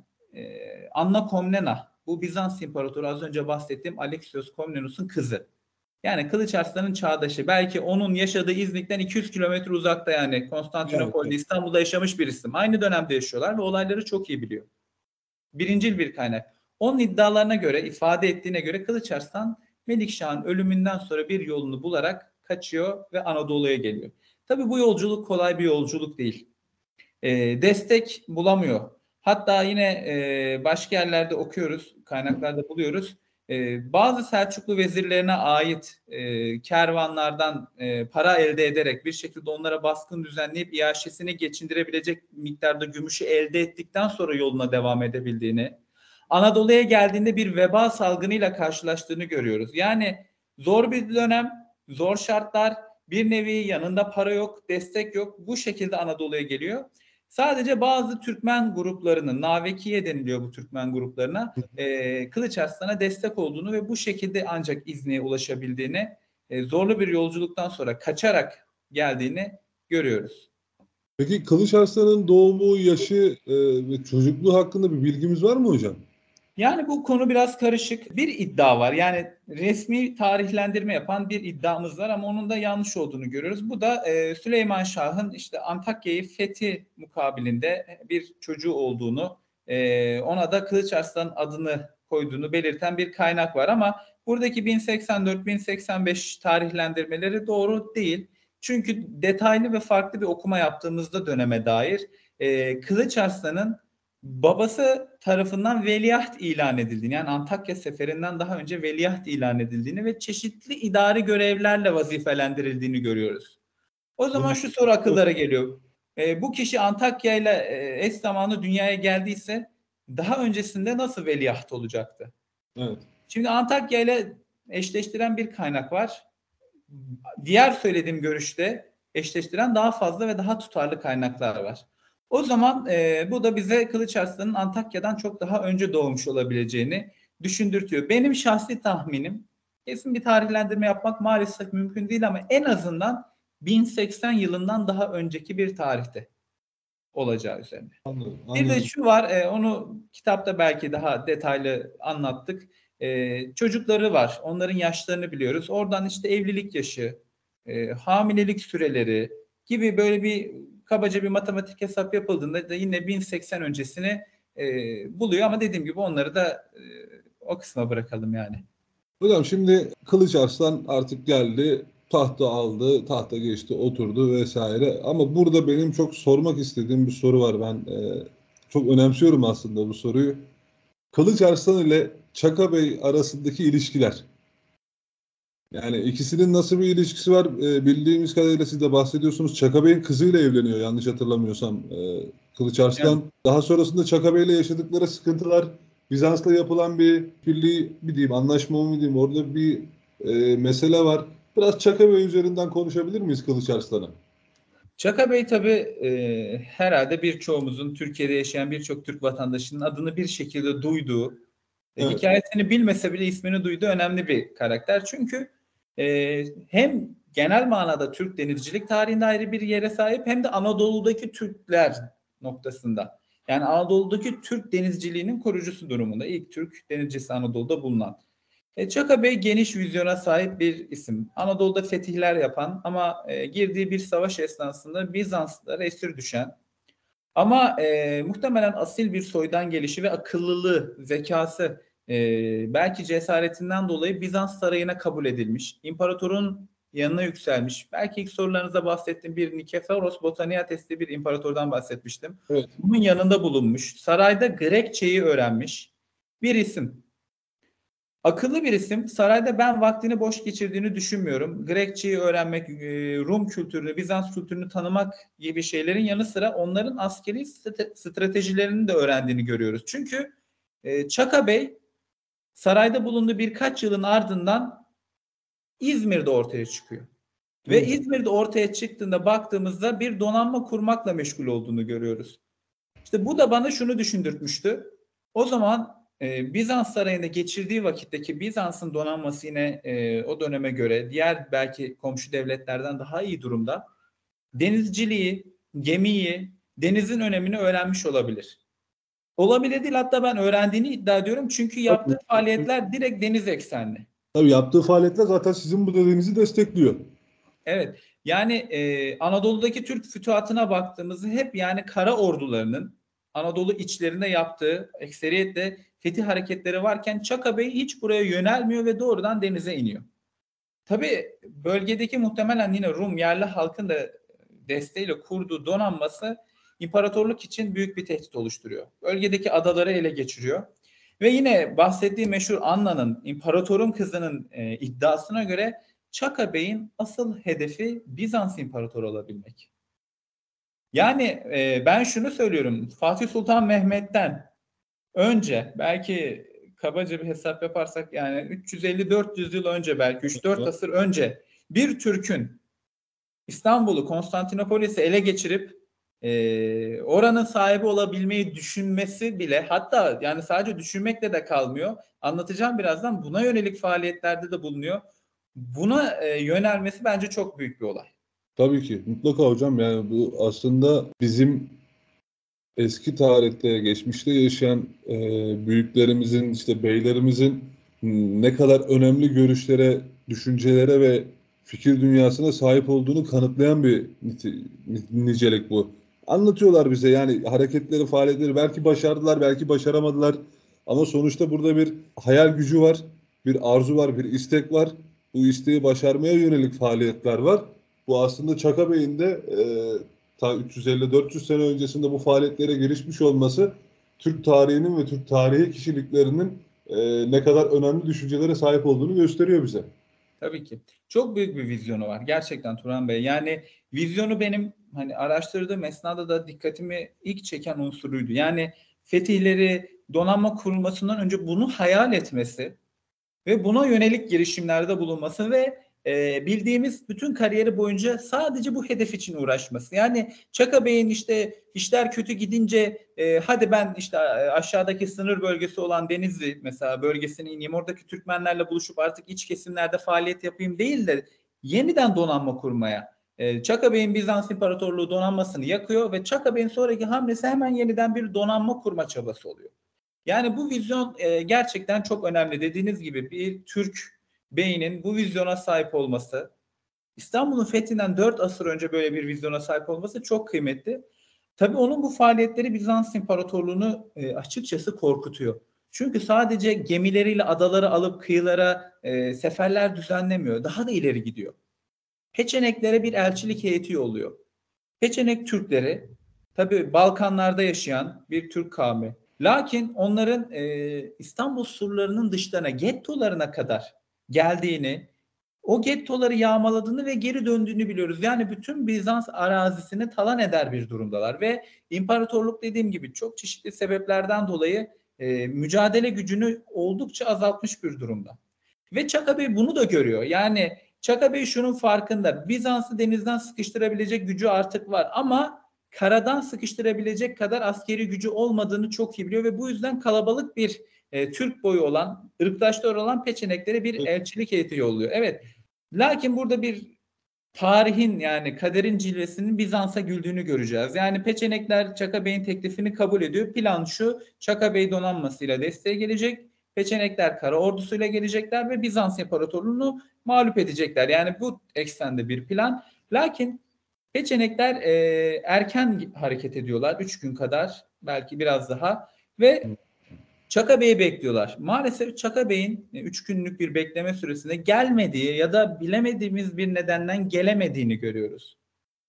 Anna Komnena, bu Bizans İmparatoru az önce bahsettiğim Alexios Komnenos'un kızı. Yani Kılıç Arslan'ın çağdaşı. Belki onun yaşadığı İznik'ten 200 kilometre uzakta, yani Yani, Konstantinopol'de, evet. İstanbul'da yaşamış bir isim. Aynı dönemde yaşıyorlar ve olayları çok iyi biliyor. Birincil bir kaynak. Onun iddialarına göre, ifade ettiğine göre Kılıç Arslan Melikşah'ın ölümünden sonra bir yolunu bularak kaçıyor ve Anadolu'ya geliyor. Tabii bu yolculuk kolay bir yolculuk değil. Destek bulamıyor. Hatta yine başka yerlerde okuyoruz, kaynaklarda buluyoruz. Bazı Selçuklu vezirlerine ait kervanlardan para elde ederek bir şekilde onlara baskın düzenleyip iaşesini geçindirebilecek miktarda gümüşü elde ettikten sonra yoluna devam edebildiğini, Anadolu'ya geldiğinde bir veba salgınıyla karşılaştığını görüyoruz. Yani zor bir dönem, zor şartlar, bir nevi yanında para yok, destek yok. Bu şekilde Anadolu'ya geliyor. Sadece bazı Türkmen gruplarının, Navekiye deniliyor bu Türkmen gruplarına, Kılıç Arslan'a destek olduğunu ve bu şekilde ancak İznik'e ulaşabildiğini, zorlu bir yolculuktan sonra kaçarak geldiğini görüyoruz. Peki Kılıç Arslan'ın doğumu, yaşı ve çocukluğu hakkında bir bilgimiz var mı hocam? Yani bu konu biraz karışık. Bir iddia var. Yani resmi tarihlendirme yapan bir iddiamız var ama onun da yanlış olduğunu görüyoruz. Bu da Süleyman Şah'ın işte Antakya'yı fethi mukabilinde bir çocuğu olduğunu Ona da Kılıç Arslan adını koyduğunu belirten bir kaynak var ama buradaki 1084-1085 tarihlendirmeleri doğru değil. Çünkü detaylı ve farklı bir okuma yaptığımızda döneme dair Kılıç Arslan'ın babası tarafından veliaht ilan edildiğini, yani Antakya Seferi'nden daha önce veliaht ilan edildiğini ve çeşitli idari görevlerle vazifelendirildiğini görüyoruz. O zaman şu soru akıllara geliyor. Bu kişi Antakya ile eş zamanlı dünyaya geldiyse daha öncesinde nasıl veliaht olacaktı? Evet. Şimdi Antakya ile eşleştiren bir kaynak var. Diğer söylediğim görüşte eşleştiren daha fazla ve daha tutarlı kaynaklar var. O zaman bu da bize Kılıç Arslan'ın Antakya'dan çok daha önce doğmuş olabileceğini düşündürtüyor. Benim şahsi tahminim, kesin bir tarihlendirme yapmak maalesef mümkün değil ama en azından 1080 yılından daha önceki bir tarihte olacağı üzerine. Anladım. Bir de şu var, onu kitapta belki daha detaylı anlattık. Çocukları var, onların yaşlarını biliyoruz. Oradan işte evlilik yaşı, hamilelik süreleri gibi böyle bir kabaca bir matematik hesap yapıldığında da yine 1080 öncesini buluyor. Ama dediğim gibi onları da o kısma bırakalım yani. Hocam şimdi Kılıç Arslan artık geldi, tahta aldı, tahta geçti, oturdu vesaire. Ama burada benim çok sormak istediğim bir soru var. Ben çok önemsiyorum aslında bu soruyu. Kılıç Arslan ile Çaka Bey arasındaki ilişkiler. Yani ikisinin nasıl bir ilişkisi var? Bildiğimiz kadarıyla siz de bahsediyorsunuz. Çaka Bey'in kızıyla evleniyor yanlış hatırlamıyorsam. Kılıç Arslan. Yani, Daha sonrasında Çaka Bey'le yaşadıkları sıkıntılar, Bizans'la yapılan bir birliği mi diyeyim, anlaşma mı diyeyim, orada bir mesele var. Biraz Çaka Bey üzerinden konuşabilir miyiz Kılıç Arslan'a? Çaka Bey tabii herhalde birçoğumuzun, Türkiye'de yaşayan birçok Türk vatandaşının adını bir şekilde duyduğu, Evet. hikayesini bilmese bile ismini duyduğu önemli bir karakter. Çünkü hem genel manada Türk denizcilik tarihinde ayrı bir yere sahip hem de Anadolu'daki Türkler noktasında. Yani Anadolu'daki Türk denizciliğinin kurucusu durumunda. İlk Türk denizcisi Anadolu'da bulunan. Çaka Bey geniş vizyona sahip bir isim. Anadolu'da fetihler yapan ama girdiği bir savaş esnasında Bizanslılara esir düşen ama muhtemelen asil bir soydan gelişi ve akıllılığı, zekası, belki cesaretinden dolayı Bizans sarayına kabul edilmiş. İmparatorun yanına yükselmiş. Belki ilk sorularınızda bahsettiğim bir Nikeforos Botaniates diye bir imparatordan bahsetmiştim. Evet. Bunun yanında bulunmuş. Sarayda Grekçeyi öğrenmiş bir isim. Akıllı bir isim. Sarayda ben vaktini boş geçirdiğini düşünmüyorum. Grekçeyi öğrenmek, Rum kültürünü, Bizans kültürünü tanımak gibi şeylerin yanı sıra onların askeri stratejilerini de öğrendiğini görüyoruz. Çünkü Çaka Bey sarayda bulunduğu birkaç yılın ardından İzmir'de ortaya çıkıyor. Ve Evet. İzmir'de ortaya çıktığında baktığımızda bir donanma kurmakla meşgul olduğunu görüyoruz. İşte bu da bana şunu düşündürtmüştü. O zaman Bizans sarayında geçirdiği vakitteki Bizans'ın donanması yine o döneme göre diğer belki komşu devletlerden daha iyi durumda. Denizciliği, gemiyi, denizin önemini öğrenmiş olabilir. Olabilir değil, hatta ben öğrendiğini iddia ediyorum. Çünkü yaptığı faaliyetler direkt deniz eksenli. Tabii yaptığı faaliyetler zaten sizin bu dediğinizi destekliyor. Evet, yani Anadolu'daki Türk fütuhatına baktığımızda hep yani kara ordularının Anadolu içlerinde yaptığı ekseriyetle fetih hareketleri varken Çaka Bey hiç buraya yönelmiyor ve doğrudan denize iniyor. Tabii bölgedeki muhtemelen yine Rum yerli halkın da desteğiyle kurduğu donanması imparatorluk için büyük bir tehdit oluşturuyor. Bölgedeki adaları ele geçiriyor. Ve yine bahsettiği meşhur Anna'nın, imparatorun kızının iddiasına göre Çaka Bey'in asıl hedefi Bizans imparatoru olabilmek. Yani ben şunu söylüyorum, Fatih Sultan Mehmet'ten önce belki kabaca bir hesap yaparsak yani 350-400 yıl önce, belki 3-4 asır önce bir Türk'ün İstanbul'u, Konstantinopolis'i ele geçirip oranın sahibi olabilmeyi düşünmesi bile, hatta yani sadece düşünmekle de kalmıyor. Anlatacağım birazdan, buna yönelik faaliyetlerde de bulunuyor. Buna yönelmesi bence çok büyük bir olay. Tabii ki. Mutlaka hocam. Yani bu aslında bizim eski tarihte, geçmişte yaşayan büyüklerimizin, işte beylerimizin ne kadar önemli görüşlere, düşüncelere ve fikir dünyasına sahip olduğunu kanıtlayan bir nicelik bu. anlatıyorlar bize yani hareketleri, faaliyetleri belki başardılar, belki başaramadılar. Ama sonuçta burada bir hayal gücü var, bir arzu var, bir istek var. Bu isteği başarmaya yönelik faaliyetler var. Bu aslında Çaka Bey'in de ta 350-400 sene öncesinde bu faaliyetlere girişmiş olması Türk tarihinin ve Türk tarihi kişiliklerinin ne kadar önemli düşüncelere sahip olduğunu gösteriyor bize. Tabii ki. Çok büyük bir vizyonu var gerçekten Turan Bey. Yani vizyonu benim hani araştırdığım esnada da dikkatimi ilk çeken unsuruydu. Yani fetihleri, donanma kurulmasından önce bunu hayal etmesi ve buna yönelik girişimlerde bulunması ve bildiğimiz bütün kariyeri boyunca sadece bu hedef için uğraşması. Yani Çaka Bey'in işte işler kötü gidince hadi ben işte aşağıdaki sınır bölgesi olan Denizli mesela bölgesine ineyim, oradaki Türkmenlerle buluşup artık iç kesimlerde faaliyet yapayım değil de yeniden donanma kurmaya. Çaka Bey'in Bizans İmparatorluğu donanmasını yakıyor ve Çaka Bey'in sonraki hamlesi hemen yeniden bir donanma kurma çabası oluyor. Yani bu vizyon gerçekten çok önemli. Dediğiniz gibi bir Türk beynin bu vizyona sahip olması, İstanbul'un fethinden 4 asır önce böyle bir vizyona sahip olması çok kıymetli. Tabii onun bu faaliyetleri Bizans İmparatorluğu'nu açıkçası korkutuyor. Çünkü sadece gemileriyle adaları alıp kıyılara seferler düzenlemiyor. Daha da ileri gidiyor. Peçeneklere bir elçilik heyeti yolluyor. Peçenek Türkleri tabii Balkanlarda yaşayan bir Türk kavmi. Lakin onların İstanbul surlarının dışlarına, gettolarına kadar geldiğini, o gettoları yağmaladığını ve geri döndüğünü biliyoruz. Yani bütün Bizans arazisini talan eder bir durumdalar ve imparatorluk dediğim gibi çok çeşitli sebeplerden dolayı mücadele gücünü oldukça azaltmış bir durumda. Ve Çaka Bey bunu da görüyor. Yani Çaka Bey şunun farkında. Bizans'ı denizden sıkıştırabilecek gücü artık var ama karadan sıkıştırabilecek kadar askeri gücü olmadığını çok iyi biliyor ve bu yüzden kalabalık bir Türk boyu olan, ırktaşlar olan Peçeneklere bir elçilik heyeti yolluyor. Evet. Lakin burada bir tarihin yani kaderin cilvesinin Bizans'a güldüğünü göreceğiz. Yani Peçenekler Çaka Bey'in teklifini kabul ediyor. Plan şu: Çaka Bey donanmasıyla desteğe gelecek. Peçenekler kara ordusuyla gelecekler ve Bizans İmparatorluğunu mağlup edecekler. Yani bu eksende bir plan. Lakin Peçenekler erken hareket ediyorlar. 3 gün kadar belki biraz daha ve Çaka Bey'i bekliyorlar. Maalesef Çaka Bey'in 3 günlük bir bekleme süresinde gelmediği ya da bilemediğimiz bir nedenden gelemediğini görüyoruz.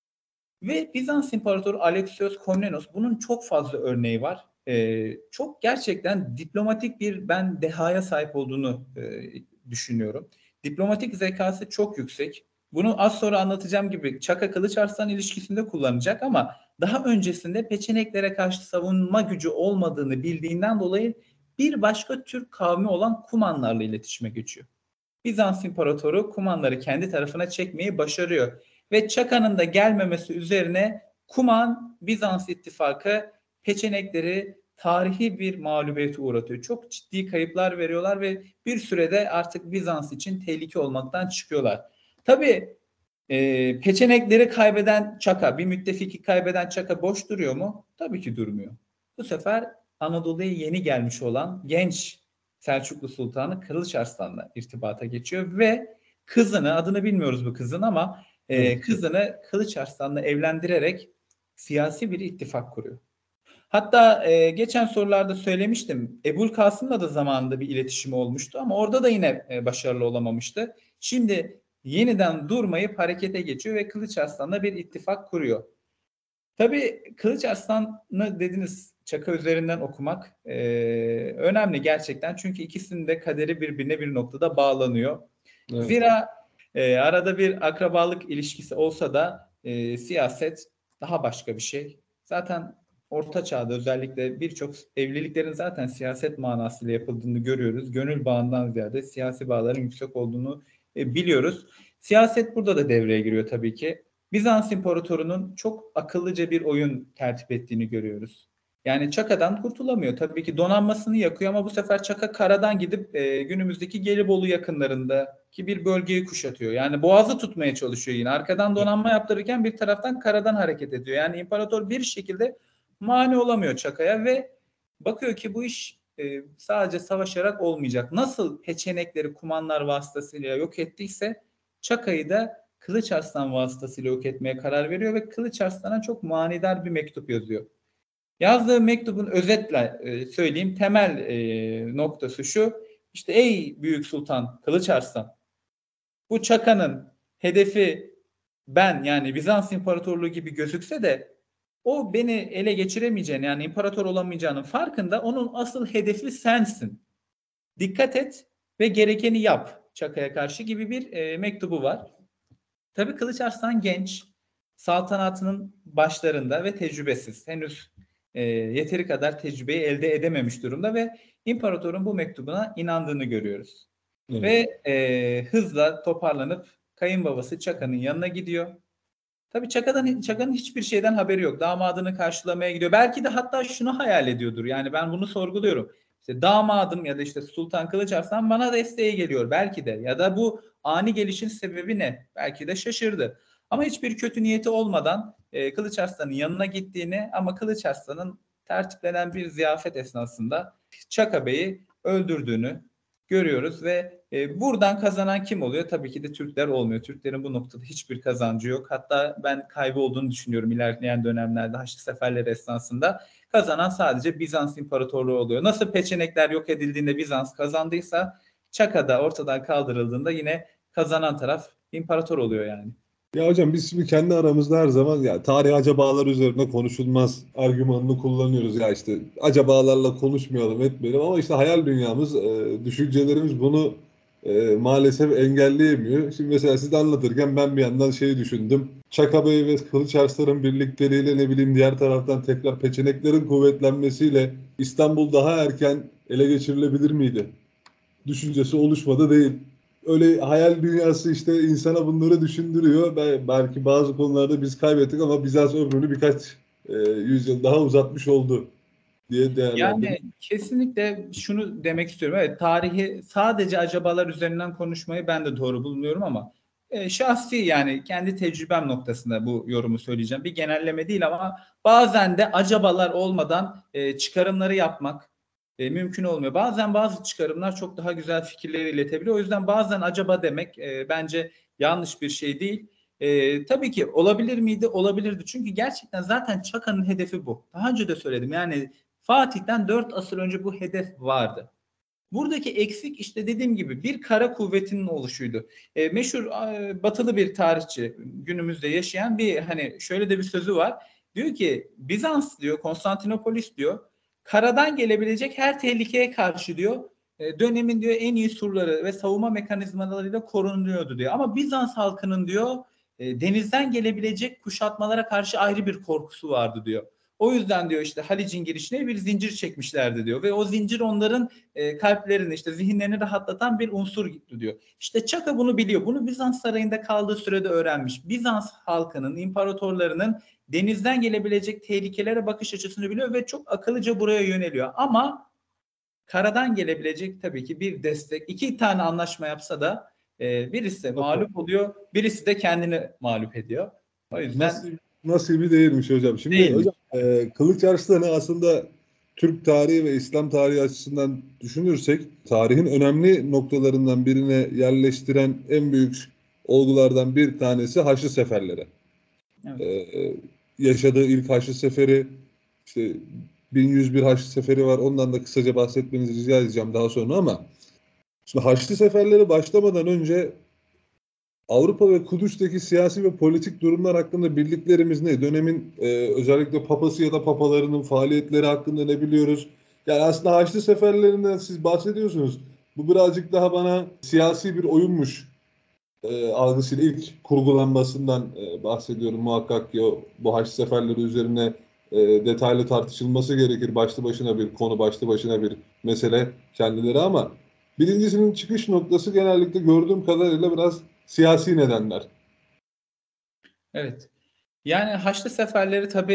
Ve Bizans İmparatoru Alexios Komnenos bunun çok fazla örneği var. Çok gerçekten diplomatik bir ben dehaya sahip olduğunu düşünüyorum. Diplomatik zekası çok yüksek. Bunu az sonra anlatacağım gibi Çaka Kılıç Arslan ilişkisinde kullanacak ama daha öncesinde Peçeneklere karşı savunma gücü olmadığını bildiğinden dolayı bir başka Türk kavmi olan Kumanlarla iletişime geçiyor. Bizans İmparatoru Kumanları kendi tarafına çekmeyi başarıyor. Ve Çaka'nın da gelmemesi üzerine Kuman Bizans ittifakı Peçenekleri tarihi bir mağlubiyete uğratıyor. Çok ciddi kayıplar veriyorlar ve bir sürede artık Bizans için tehlike olmaktan çıkıyorlar. Tabii Peçenekleri kaybeden Çaka, bir müttefiki kaybeden Çaka boş duruyor mu? Tabii ki durmuyor. Bu sefer Anadolu'ya yeni gelmiş olan genç Selçuklu Sultanı Kılıç Arslan'la irtibata geçiyor ve kızını, adını bilmiyoruz bu kızın ama kızını Kılıç Arslan'la evlendirerek siyasi bir ittifak kuruyor. Hatta geçen sorularda söylemiştim. Ebul Kasım'la da zamanında bir iletişimi olmuştu ama orada da yine başarılı olamamıştı. Şimdi yeniden durmayıp harekete geçiyor ve Kılıç Arslan'la bir ittifak kuruyor. Tabii Kılıç Arslan'ı dediniz Çaka üzerinden okumak önemli gerçekten. Çünkü ikisinin de kaderi birbirine bir noktada bağlanıyor. Evet. Zira arada bir akrabalık ilişkisi olsa da siyaset daha başka bir şey. Zaten Orta Çağ'da özellikle birçok evliliklerin zaten siyaset manasıyla yapıldığını görüyoruz. Gönül bağından ziyade siyasi bağların yüksek olduğunu biliyoruz. Siyaset burada da devreye giriyor tabii ki. Bizans İmparatorluğu'nun çok akıllıca bir oyun tertip ettiğini görüyoruz. Yani Çaka'dan kurtulamıyor. Tabii ki donanmasını yakıyor ama bu sefer Çaka karadan gidip günümüzdeki Gelibolu yakınlarındaki bir bölgeyi kuşatıyor. Yani boğazı tutmaya çalışıyor yine. Arkadan donanma yaptırırken bir taraftan karadan hareket ediyor. Yani imparator bir şekilde mani olamıyor Çaka'ya ve bakıyor ki bu iş sadece savaşarak olmayacak. Nasıl Peçenekleri Kumanlar vasıtasıyla yok ettiyse Çaka'yı da Kılıç Arslan vasıtasıyla yok etmeye karar veriyor ve Kılıç Arslan'a çok manidar bir mektup yazıyor. Yazdığı mektubun özetle söyleyeyim, temel noktası şu: İşte ey Büyük Sultan Kılıç Arslan, bu çakanın hedefi ben, yani Bizans İmparatorluğu gibi gözükse de o beni ele geçiremeyeceğini, yani imparator olamayacağının farkında. Onun asıl hedefi sensin. Dikkat et ve gerekeni yap Çaka'ya karşı gibi bir mektubu var. Tabii Kılıç Arslan genç, saltanatının başlarında ve tecrübesiz. Henüz yeteri kadar tecrübeyi elde edememiş durumda ve imparatorun bu mektubuna inandığını görüyoruz. Evet. Ve hızla toparlanıp kayınbabası Çaka'nın yanına gidiyor. Tabii Çaka'nın hiçbir şeyden haberi yok. Damadını karşılamaya gidiyor. Belki de hatta şunu hayal ediyordur. Yani ben bunu sorguluyorum. İşte damadım ya da işte Sultan Kılıç Arslan bana desteğe geliyor belki de. Ya da bu ani gelişin sebebi ne? Belki de şaşırdı. Ama hiçbir kötü niyeti olmadan Kılıç Arslan'ın yanına gittiğini, ama Kılıç Arslan'ın tertiplenen bir ziyafet esnasında Çaka Bey'i öldürdüğünü görüyoruz ve buradan kazanan kim oluyor? Tabii ki de Türkler olmuyor. Türklerin bu noktada hiçbir kazancı yok. Hatta ben kaybı olduğunu düşünüyorum ilerleyen dönemlerde Haçlı Seferleri esnasında. Kazanan sadece Bizans İmparatorluğu oluyor. Nasıl Peçenekler yok edildiğinde Bizans kazandıysa, Çaka'da ortadan kaldırıldığında yine kazanan taraf imparator oluyor yani. Ya hocam biz şimdi kendi aramızda her zaman ya tarih acabalar üzerine konuşulmaz argümanını kullanıyoruz. Ya işte acabalarla konuşmayalım etmeyelim ama işte hayal dünyamız, düşüncelerimiz bunu maalesef engelleyemiyor. Şimdi mesela siz de anlatırken ben bir yandan şeyi düşündüm. Çaka Bey ve Kılıç Arslan'ın birlikteliğiyle ne bileyim diğer taraftan tekrar peçeneklerin kuvvetlenmesiyle İstanbul daha erken ele geçirilebilir miydi? Düşüncesi oluşmadı değil. Öyle hayal dünyası işte insana bunları düşündürüyor. Belki bazı konularda biz kaybettik ama Bizans ömrünü birkaç yüzyıl daha uzatmış oldu diye Yani değerlendiriyorum. kesinlikle şunu demek istiyorum. Evet, tarihi sadece acabalar üzerinden konuşmayı ben de doğru bulmuyorum ama şahsi, yani kendi tecrübem noktasında bu yorumu söyleyeceğim. Bir genelleme değil ama bazen de acabalar olmadan çıkarımları yapmak mümkün olmuyor. Bazen bazı çıkarımlar çok daha güzel fikirleri iletebiliyor. O yüzden bazen acaba demek bence yanlış bir şey değil. Tabii ki olabilir miydi? Olabilirdi. Çünkü gerçekten zaten Çaka'nın hedefi bu. Daha önce de söyledim. Yani Fatih'ten 4 asır önce bu hedef vardı. Buradaki eksik işte dediğim gibi bir kara kuvvetinin oluşuydu. Meşhur batılı bir tarihçi, günümüzde yaşayan bir, hani şöyle de bir sözü var. Diyor ki Bizans diyor, Konstantinopolis diyor, karadan gelebilecek her tehlikeye karşı diyor dönemin diyor en iyi surları ve savunma mekanizmalarıyla korunuyordu diyor. Ama Bizans halkının diyor denizden gelebilecek kuşatmalara karşı ayrı bir korkusu vardı diyor. O yüzden diyor işte Halic'in girişine bir zincir çekmişlerdi diyor ve o zincir onların kalplerini, işte zihinlerini rahatlatan bir unsur gitti diyor. İşte Çaka bunu biliyor. Bunu Bizans sarayında kaldığı sürede öğrenmiş. Bizans halkının, imparatorlarının denizden gelebilecek tehlikelere bakış açısını biliyor ve çok akıllıca buraya yöneliyor. Ama karadan gelebilecek tabii ki bir destek. İki tane anlaşma yapsa da birisi mağlup oluyor, birisi de kendini mağlup ediyor. O yüzden Nasibi değilmiş hocam. Şimdi değilmiş. hocam Kılıç Arslan'ı aslında Türk tarihi ve İslam tarihi açısından düşünürsek tarihin önemli noktalarından birine yerleştiren en büyük olgulardan bir tanesi Haçlı Seferleri. Evet. E, yaşadığı ilk Haçlı Seferi, işte 1101 Haçlı Seferi var. Ondan da kısaca bahsetmenizi rica edeceğim daha sonra ama şimdi Haçlı Seferleri başlamadan önce Avrupa ve Kudüs'teki siyasi ve politik durumlar hakkında bildiklerimiz ne? Dönemin özellikle papası ya da papalarının faaliyetleri hakkında ne biliyoruz? Yani aslında Haçlı Seferlerinden siz bahsediyorsunuz. Bu birazcık daha bana siyasi bir oyunmuş algısıyla ilk kurgulanmasından bahsediyorum. Muhakkak ki bu Haçlı Seferleri üzerine detaylı tartışılması gerekir. Başlı başına bir konu, başlı başına bir mesele kendileri ama birincisinin çıkış noktası genellikle gördüğüm kadarıyla biraz siyasi nedenler. Evet. Yani Haçlı Seferleri tabii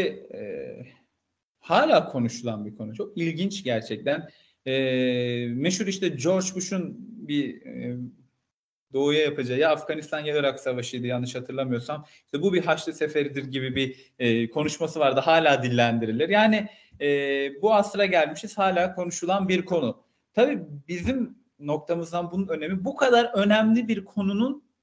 hala konuşulan bir konu. Çok ilginç gerçekten. Meşhur işte George Bush'un bir doğuya yapacağı, ya Afganistan ya Irak Savaşı'ydı yanlış hatırlamıyorsam. İşte bu bir Haçlı Seferidir gibi bir konuşması vardı. Hala dillendirilir. Yani bu asra gelmişiz, hala konuşulan bir konu. Tabii bizim noktamızdan bunun önemi, bu kadar önemli bir konunun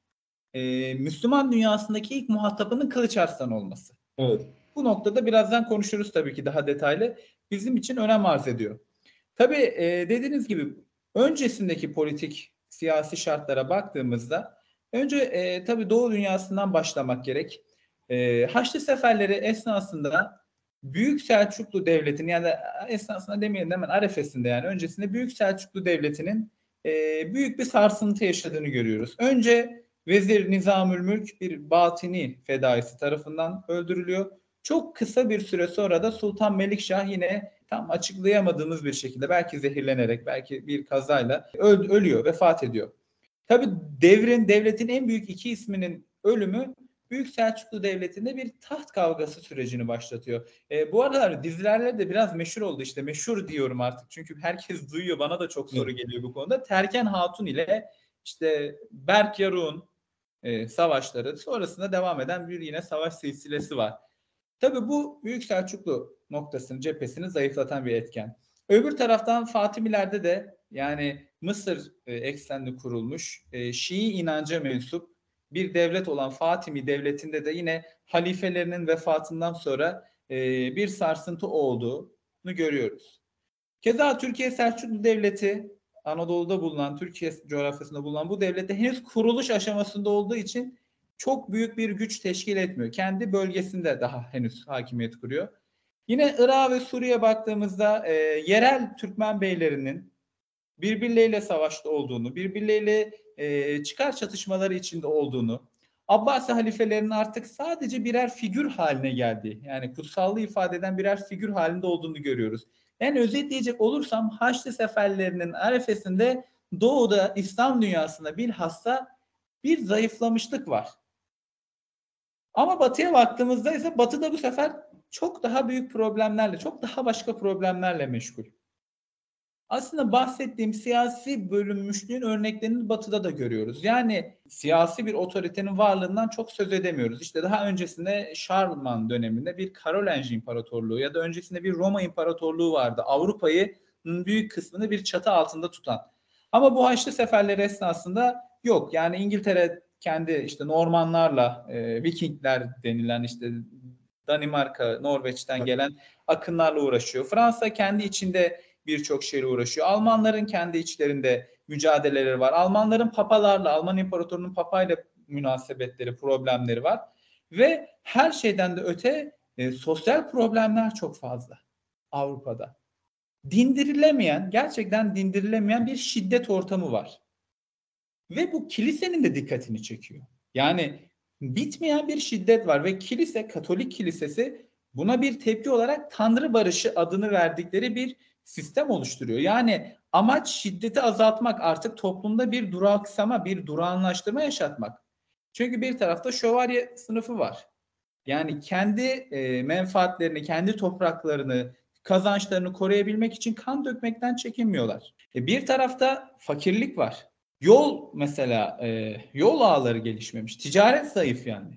Müslüman dünyasındaki ilk muhatabının Kılıç Arslan olması. Evet. Bu noktada birazdan konuşuruz tabii ki daha detaylı. Bizim için önem arz ediyor. Tabii dediğiniz gibi öncesindeki politik siyasi şartlara baktığımızda önce tabii Doğu dünyasından başlamak gerek. Haçlı seferleri esnasında Büyük Selçuklu Devleti'nin, yani esnasında demeyelim, hemen arefesinde, yani öncesinde Büyük Selçuklu Devleti'nin büyük bir sarsıntı yaşadığını görüyoruz. Önce Vezir Nizamülmülk bir batini fedaisi tarafından öldürülüyor. Çok kısa bir süre sonra da Sultan Melikşah yine tam açıklayamadığımız bir şekilde, belki zehirlenerek, belki bir kazayla ölüyor, vefat ediyor. Tabii devletin en büyük iki isminin ölümü Büyük Selçuklu Devleti'nde bir taht kavgası sürecini başlatıyor. Bu aralar dizilerle de biraz meşhur oldu, işte meşhur diyorum artık çünkü herkes duyuyor, bana da çok soru geliyor bu konuda. Terken Hatun ile işte Berk Yaruk'un savaşları sonrasında devam eden bir yine savaş silsilesi var. Tabii bu Büyük Selçuklu noktasını, cephesini zayıflatan bir etken. Öbür taraftan Fatimilerde de, yani Mısır eksenli kurulmuş Şii inanca mensup bir devlet olan Fatimi Devleti'nde de yine halifelerinin vefatından sonra bir sarsıntı olduğunu görüyoruz. Keza Türkiye Selçuklu Devleti, Anadolu'da bulunan, Türkiye coğrafyasında bulunan bu devlette henüz kuruluş aşamasında olduğu için çok büyük bir güç teşkil etmiyor. Kendi bölgesinde daha henüz hakimiyet kuruyor. Yine Irak'a ve Suriye'ye baktığımızda yerel Türkmen beylerinin birbirleriyle savaşta olduğunu, birbirleriyle çıkar çatışmaları içinde olduğunu, Abbasi halifelerinin artık sadece birer figür haline geldiği, yani kutsallığı ifade eden birer figür halinde olduğunu görüyoruz. Yani özetleyecek olursam Haçlı seferlerinin arefesinde Doğu'da, İslam dünyasında bilhassa bir zayıflamışlık var. Ama Batı'ya baktığımızda ise Batı'da bu sefer çok daha büyük problemlerle, çok daha başka problemlerle meşgul. Aslında bahsettiğim siyasi bölünmüşlüğün örneklerini Batı'da da görüyoruz. Yani siyasi bir otoritenin varlığından çok söz edemiyoruz. İşte daha öncesinde Şarlman döneminde bir Karolinji İmparatorluğu ya da öncesinde bir Roma İmparatorluğu vardı. Avrupa'yı büyük kısmını bir çatı altında tutan. Ama bu Haçlı seferleri esnasında yok. Yani İngiltere kendi işte Normanlarla, Vikingler denilen işte Danimarka, Norveç'ten gelen akınlarla uğraşıyor. Fransa kendi içinde birçok şeyle uğraşıyor. Almanların kendi içlerinde mücadeleleri var. Almanların papalarla, Alman İmparatorluğu'nun papayla münasebetleri, problemleri var. Ve her şeyden de öte sosyal problemler çok fazla Avrupa'da. Gerçekten dindirilemeyen bir şiddet ortamı var. Ve bu kilisenin de dikkatini çekiyor. Yani bitmeyen bir şiddet var ve kilise, Katolik kilisesi buna bir tepki olarak Tanrı barışı adını verdikleri bir sistem oluşturuyor. Yani amaç şiddeti azaltmak, artık toplumda bir duraksama, bir durağanlaştırma yaşatmak. Çünkü bir tarafta şövalye sınıfı var. Yani kendi menfaatlerini, kendi topraklarını, kazançlarını koruyabilmek için kan dökmekten çekinmiyorlar. Bir tarafta fakirlik var. Yol mesela, yol ağları gelişmemiş. Ticaret zayıf yani.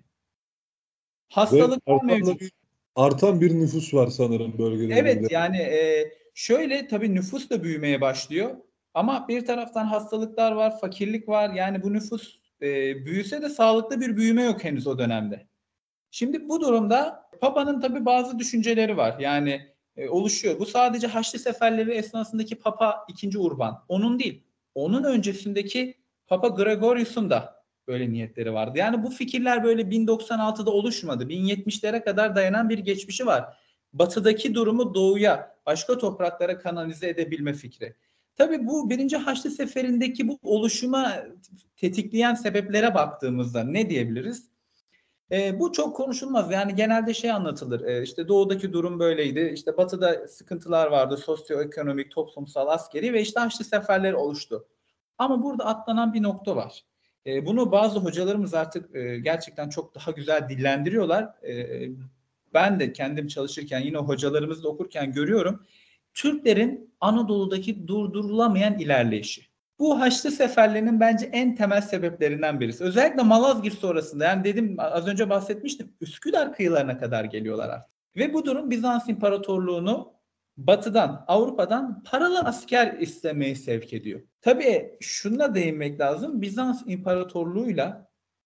Ve Hastalıklar mevcut. artan bir nüfus var sanırım bölgede Evet, de. yani şöyle tabii nüfus da büyümeye başlıyor. Ama bir taraftan hastalıklar var, fakirlik var. Yani bu nüfus büyüse de sağlıklı bir büyüme yok henüz o dönemde. Şimdi bu durumda Papa'nın tabii bazı düşünceleri var. Yani oluşuyor. Bu sadece Haçlı seferleri esnasındaki Papa II. Urban. Onun değil. Onun öncesindeki Papa Gregorius'un da böyle niyetleri vardı. Yani bu fikirler böyle 1096'da oluşmadı. 1070'lere kadar dayanan bir geçmişi var. Batıdaki durumu doğuya, başka topraklara kanalize edebilme fikri. Tabii bu birinci Haçlı Seferi'ndeki bu oluşuma tetikleyen sebeplere baktığımızda ne diyebiliriz? Bu çok konuşulmaz. Yani genelde şey anlatılır. İşte doğudaki durum böyleydi. İşte batıda sıkıntılar vardı. Sosyoekonomik, toplumsal, askeri ve işte Haçlı seferleri oluştu. Ama burada atlanan bir nokta var. Bunu bazı hocalarımız artık gerçekten çok daha güzel dillendiriyorlar. Ben de kendim çalışırken, yine hocalarımızla okurken görüyorum. Türklerin Anadolu'daki durdurulamayan ilerleyişi. Bu Haçlı seferlerinin bence en temel sebeplerinden birisi. Özellikle Malazgirt sonrasında, yani dedim az önce bahsetmiştim, Üsküdar kıyılarına kadar geliyorlar artık. Ve bu durum Bizans İmparatorluğu'nu Batı'dan, Avrupa'dan paralı asker istemeye sevk ediyor. Tabii şuna değinmek lazım. Bizans İmparatorluğu'yla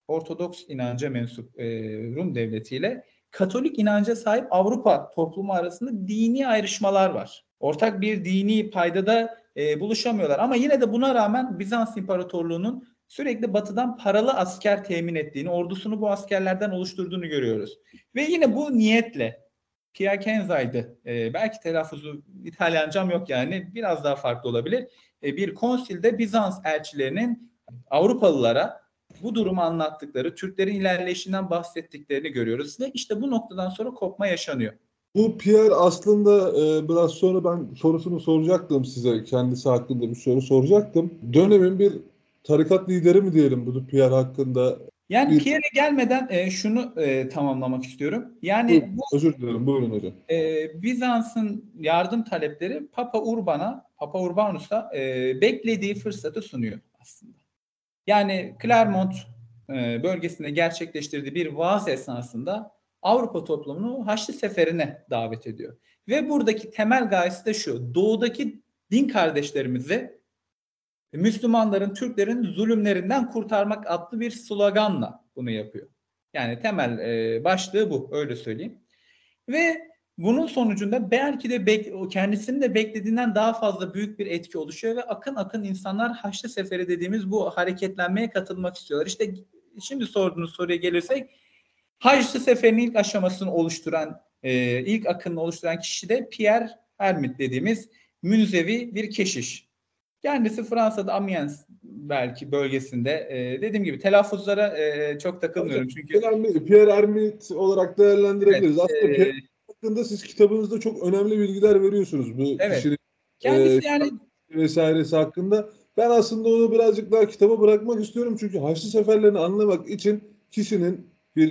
Ortodoks inanca mensup Rum devletiyle Katolik inanca sahip Avrupa toplumu arasında dini ayrışmalar var. Ortak bir dini paydada buluşamıyorlar. Ama yine de buna rağmen Bizans İmparatorluğu'nun sürekli batıdan paralı asker temin ettiğini, ordusunu bu askerlerden oluşturduğunu görüyoruz. Ve yine bu niyetle Piacenza'ydı. Belki telaffuzu İtalyancam yok yani. Biraz daha farklı olabilir. Bir konsilde Bizans elçilerinin Avrupalılara bu durumu anlattıkları, Türklerin ilerleyişinden bahsettiklerini görüyoruz ve işte bu noktadan sonra kopma yaşanıyor. Bu Pierre aslında biraz sonra ben sorusunu soracaktım size. Kendisi hakkında bir soru soracaktım. Dönemin bir tarikat lideri mi diyelim bu Pierre hakkında? Yani Pierre'e gelmeden şunu tamamlamak istiyorum. Yani Buyurun, özür dilerim. Buyurun hocam. Bizans'ın yardım talepleri Papa Urbanus'a beklediği fırsatı sunuyor aslında. Yani Clermont bölgesinde gerçekleştirdiği bir vaaz esnasında Avrupa toplumunu Haçlı Seferi'ne davet ediyor. Ve buradaki temel gayesi de şu: doğudaki din kardeşlerimizi Müslümanların, Türklerin zulümlerinden kurtarmak adlı bir sloganla bunu yapıyor. Yani temel başlığı bu, öyle söyleyeyim. Ve bunun sonucunda belki de kendisinin de beklediğinden daha fazla büyük bir etki oluşuyor ve akın akın insanlar Haçlı Seferi dediğimiz bu hareketlenmeye katılmak istiyorlar. İşte şimdi sorduğunuz soruya gelirsek, Haçlı Seferi'nin ilk aşamasını oluşturan, ilk akını oluşturan kişi de Pierre Hermit dediğimiz Münzevi bir keşiş. Kendisi Fransa'da Amiens belki bölgesinde. Dediğim gibi telaffuzlara çok takılmıyorum. Çünkü Pierre Hermit olarak değerlendirebiliriz. evet, Aslında Pierre hakkında siz kitabınızda çok önemli bilgiler veriyorsunuz. Bu evet. kişinin Kendisi yani vesairesi hakkında. Ben aslında onu birazcık daha kitaba bırakmak istiyorum. Çünkü Haçlı Seferlerini anlamak için kişinin bir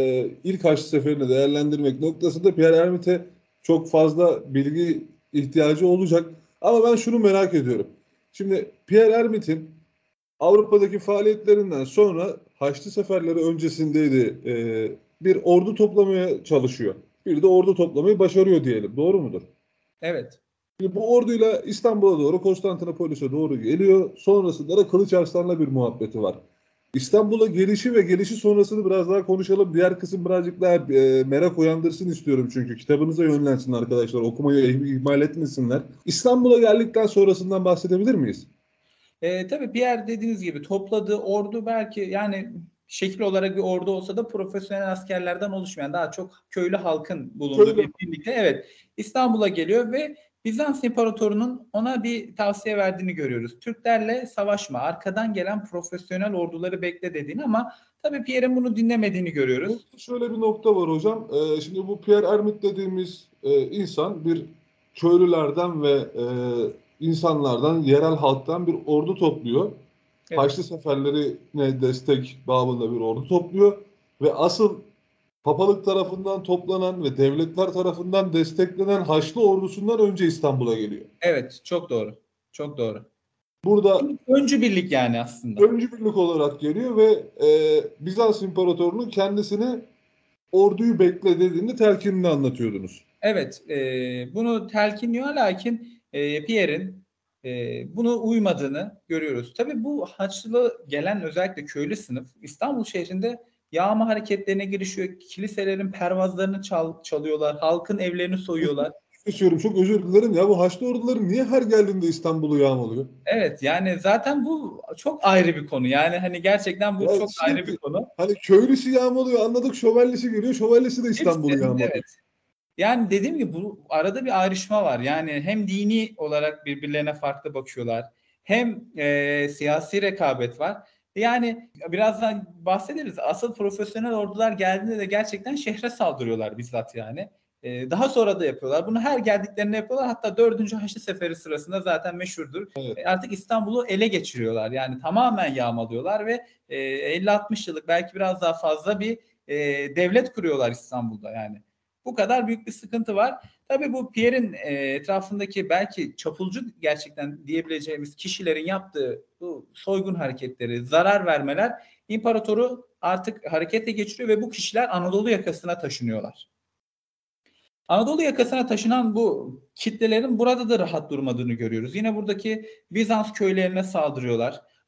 ilk Haçlı Seferini değerlendirmek noktasında Pierre Hermit'e çok fazla bilgi ihtiyacı olacak. Ama ben şunu merak ediyorum. Şimdi Pierre Hermit'in Avrupa'daki faaliyetlerinden sonra Haçlı Seferleri öncesindeydi. Bir ordu toplamaya çalışıyor. Bir de ordu toplamayı başarıyor diyelim. Doğru mudur? evet. Şimdi bu orduyla İstanbul'a doğru, Konstantinopolis'e doğru geliyor. Sonrasında da Kılıç Arslan'la bir muhabbeti var. İstanbul'a gelişi ve gelişi sonrasını biraz daha konuşalım. Diğer kısım birazcık daha merak uyandırsın istiyorum çünkü. Kitabınıza yönlensin arkadaşlar. Okumayı ihmal etmesinler. İstanbul'a geldikten sonrasından bahsedebilir miyiz? Tabii Pierre dediğiniz gibi topladığı ordu belki yani şekil olarak bir ordu olsa da profesyonel askerlerden oluşmayan daha çok köylü halkın bulunduğu bir birlikte İstanbul'a geliyor ve Bizans İmparatorluğu'nun ona bir tavsiye verdiğini görüyoruz. Türklerle savaşma, arkadan gelen profesyonel orduları bekle dediğini, ama tabii Pierre'in bunu dinlemediğini görüyoruz. Şöyle bir nokta var hocam. Şimdi bu Pierre Hermit dediğimiz insan bir köylülerden ve insanlardan, yerel halktan bir ordu topluyor. Evet. Haçlı seferlerine destek babında bir ordu topluyor ve asıl papalık tarafından toplanan ve devletler tarafından desteklenen Haçlı ordusundan önce İstanbul'a geliyor. Evet, çok doğru. Çok doğru. Burada Öncü birlik yani aslında. öncü birlik olarak geliyor ve Bizans İmparatorluğu kendisine orduyu bekle dediğinde telkinini anlatıyordunuz. Evet, bunu telkinliyor, lakin Pierre'in bunu uymadığını görüyoruz. Tabii bu Haçlı gelen özellikle köylü sınıf İstanbul şehrinde yağma hareketlerine girişiyor. Kiliselerin pervazlarını çalıyorlar, halkın evlerini soyuyorlar. İstiyorum, çok özür dilerim ya, bu Haçlı orduları niye her geldiğinde İstanbul'u yağmalıyor? Evet, yani zaten bu çok ayrı bir konu. Yani hani gerçekten bu Ya çok ayrı bir konu. hani köylüsü yağmalıyor, anladık, şövalyesi geliyor, şövalyesi de İstanbul'u Hepsi, yağmalıyor. evet. Yani dediğim gibi bu arada bir ayrışma var. Yani hem dini olarak birbirlerine farklı bakıyorlar, hem siyasi rekabet var. Yani birazdan bahsederiz. Asıl profesyonel ordular geldiğinde de gerçekten şehre saldırıyorlar bizzat yani. Daha sonra da yapıyorlar. Bunu her geldiklerinde yapıyorlar. Hatta 4. Haçlı Seferi sırasında zaten meşhurdur. Evet. Artık İstanbul'u ele geçiriyorlar. Yani tamamen yağmalıyorlar ve 50-60 yıllık, belki biraz daha fazla bir devlet kuruyorlar İstanbul'da yani. Bu kadar büyük bir sıkıntı var. Tabii bu Pierre'in etrafındaki belki çapulcu gerçekten diyebileceğimiz kişilerin yaptığı bu soygun hareketleri, zarar vermeler imparatoru artık harekete geçiriyor ve bu kişiler Anadolu yakasına taşınıyorlar. Anadolu yakasına taşınan bu kitlelerin burada da rahat durmadığını görüyoruz. Yine buradaki Bizans köylerine saldırıyorlar.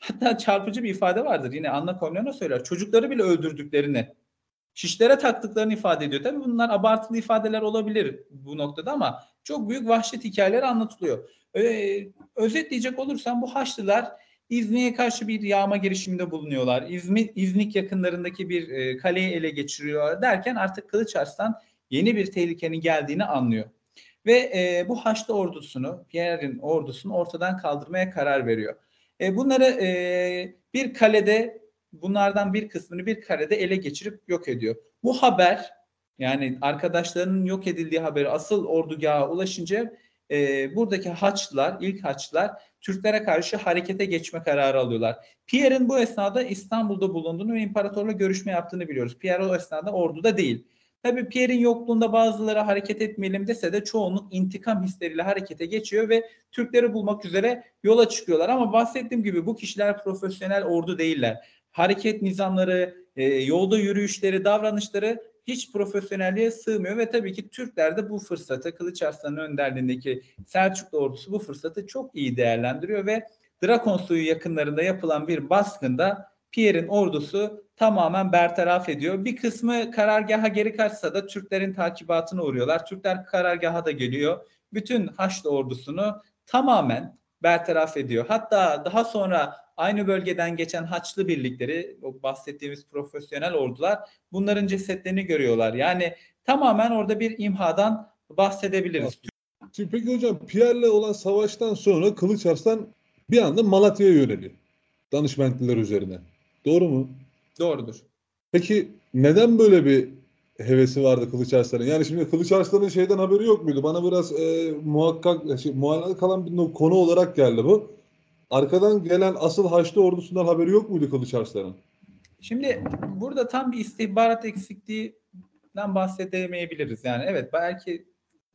Hatta çarpıcı bir ifade vardır. Yine Anna Komnena söyler. Çocukları bile öldürdüklerini, şişlere taktıklarını ifade ediyor. Tabii bunlar abartılı ifadeler olabilir bu noktada ama çok büyük vahşet hikayeleri anlatılıyor. Özetleyecek olursam bu Haçlılar İznik'e karşı bir yağma girişiminde bulunuyorlar. İznik yakınlarındaki bir kaleyi ele geçiriyorlar derken artık Kılıç Arslan yeni bir tehlikenin geldiğini anlıyor. Ve bu Haçlı ordusunu, Pierre'in ordusunu ortadan kaldırmaya karar veriyor. Bunları bir kalede, bunlardan bir kısmını bir kalede ele geçirip yok ediyor. Bu haber, yani arkadaşlarının yok edildiği haberi asıl ordugaha ulaşınca buradaki Haçlılar, ilk Haçlılar Türklere karşı harekete geçme kararı alıyorlar. Pierre'in bu esnada İstanbul'da bulunduğunu ve imparatorla görüşme yaptığını biliyoruz. Pierre o esnada orduda değil. Tabii Pierre'in yokluğunda bazıları hareket etmeyelim dese de çoğunluk intikam hisleriyle harekete geçiyor ve Türkleri bulmak üzere yola çıkıyorlar. Ama bahsettiğim gibi bu kişiler profesyonel ordu değiller. Hareket nizamları, yolda yürüyüşleri, davranışları hiç profesyonelliğe sığmıyor ve tabii ki Türkler de bu fırsatı, Kılıç Arslan'ın önderliğindeki Selçuklu ordusu bu fırsatı çok iyi değerlendiriyor ve Drakon suyu yakınlarında yapılan bir baskında Pierre'in ordusu tamamen bertaraf ediyor. Bir kısmı karargaha geri kaçsa da Türklerin takibatına uğruyorlar. Türkler karargaha da geliyor. Bütün Haçlı ordusunu tamamen bertaraf ediyor. Hatta daha sonra aynı bölgeden geçen Haçlı birlikleri, o bahsettiğimiz profesyonel ordular bunların cesetlerini görüyorlar. Yani tamamen orada bir imhadan bahsedebiliriz. Şimdi peki hocam, Pierre'le olan savaştan sonra Kılıç Arslan bir anda Malatya'ya yöneliyor. Danışmentliler üzerine. Doğru mu? Doğrudur. Peki neden böyle bir hevesi vardı Kılıç Arslan'ın? Yani şimdi Kılıç Arslan'ın şeyden haberi yok muydu? Bana biraz muallak kalan bir konu olarak geldi bu. Arkadan gelen asıl Haçlı ordusundan haberi yok muydu Kılıç Arslan'ın? Şimdi burada tam bir istihbarat eksikliğinden bahsedemeyebiliriz. Yani evet, belki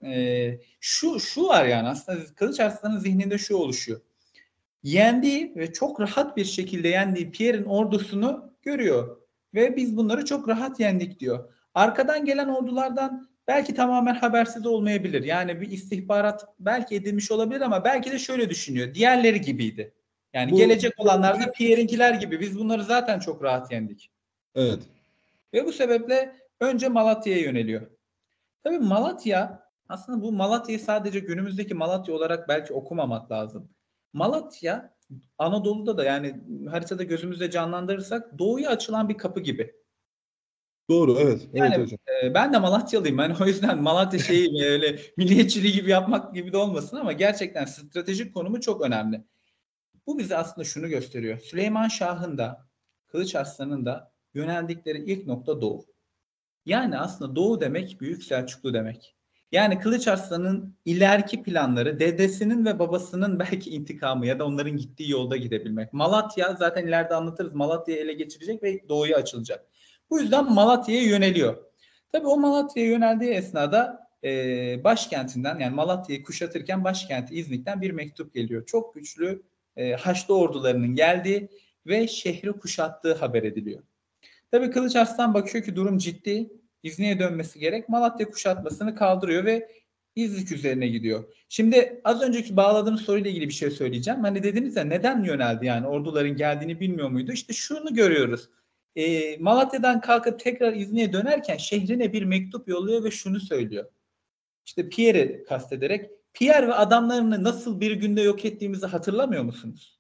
şu var, yani aslında Kılıç Arslan'ın zihninde şu oluşuyor. Yendiği ve çok rahat bir şekilde yendiği Pierre'in ordusunu görüyor. Ve biz bunları çok rahat yendik diyor. Arkadan gelen ordulardan belki tamamen habersiz olmayabilir. Yani bir istihbarat belki edilmiş olabilir ama belki de şöyle düşünüyor. Diğerleri gibiydi. Yani gelecek olanlar da Pierre'inkiler gibi. Biz bunları zaten çok rahat yendik. Evet. Ve bu sebeple önce Malatya'ya yöneliyor. Tabii Malatya, aslında bu Malatya'yı sadece günümüzdeki Malatya olarak belki okumamak lazım. Malatya Anadolu'da da, yani haritada gözümüzde canlandırırsak doğuya açılan bir kapı gibi. Doğru, evet. Evet Yani hocam. ben de Malatyalıyım. Yani o yüzden Malatya şeyi öyle milliyetçiliği gibi yapmak gibi de olmasın ama gerçekten stratejik konumu çok önemli. Bu bize aslında şunu gösteriyor. Süleyman Şah'ın da Kılıç Arslan'ın da yöneldikleri ilk nokta Doğu. Yani aslında Doğu demek Büyük Selçuklu demek. Yani Kılıç Arslan'ın ileriki planları dedesinin ve babasının belki intikamı ya da onların gittiği yolda gidebilmek. Malatya, zaten ileride anlatırız, Malatya'yı ele geçirecek ve doğuya açılacak. Bu yüzden Malatya'ya yöneliyor. Tabii o Malatya'ya yöneldiği esnada başkentinden, yani Malatya'yı kuşatırken başkenti İznik'ten bir mektup geliyor. Çok güçlü Haçlı ordularının geldiği ve şehri kuşattığı haber ediliyor. Tabii Kılıç Arslan bakıyor ki durum ciddi. İznik'e dönmesi gerek. Malatya kuşatmasını kaldırıyor ve İznik üzerine gidiyor. Şimdi az önceki bağladığım soruyla ilgili bir şey söyleyeceğim. Hani dediniz ya, neden yöneldi, yani orduların geldiğini bilmiyor muydu? İşte şunu görüyoruz. Malatya'dan kalkıp tekrar İznik'e dönerken şehrine bir mektup yolluyor ve şunu söylüyor. İşte Pierre'i kastederek, Pierre ve adamlarını nasıl bir günde yok ettiğimizi hatırlamıyor musunuz?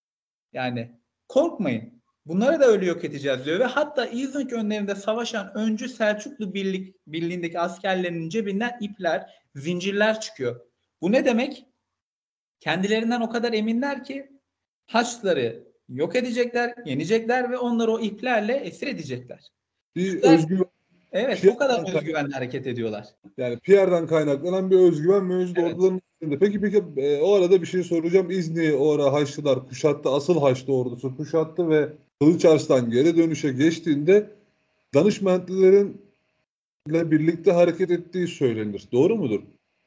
Yani korkmayın. Bunları da öyle yok edeceğiz diyor ve hatta İznik önlerinde savaşan öncü Selçuklu birliğindeki askerlerinin cebinden ipler, zincirler çıkıyor. Bu ne demek? Kendilerinden o kadar eminler ki Haçlıları yok edecekler, yenecekler ve onları o iplerle esir edecekler. Bir Türkler, özgüven, evet, o kadar Pierre'den, özgüvenle hareket ediyorlar. yani Pierre'den kaynaklanan bir özgüven mevcut Evet. orduların içinde. Peki o arada bir şey soracağım. İznik'i o ara Haçlılar kuşattı. Asıl Haçlı ordusu kuşattı ve Kılıç Arslan geri dönüşe geçtiğinde Danışmentlilerin ile birlikte hareket ettiği söylenir. Doğru mudur?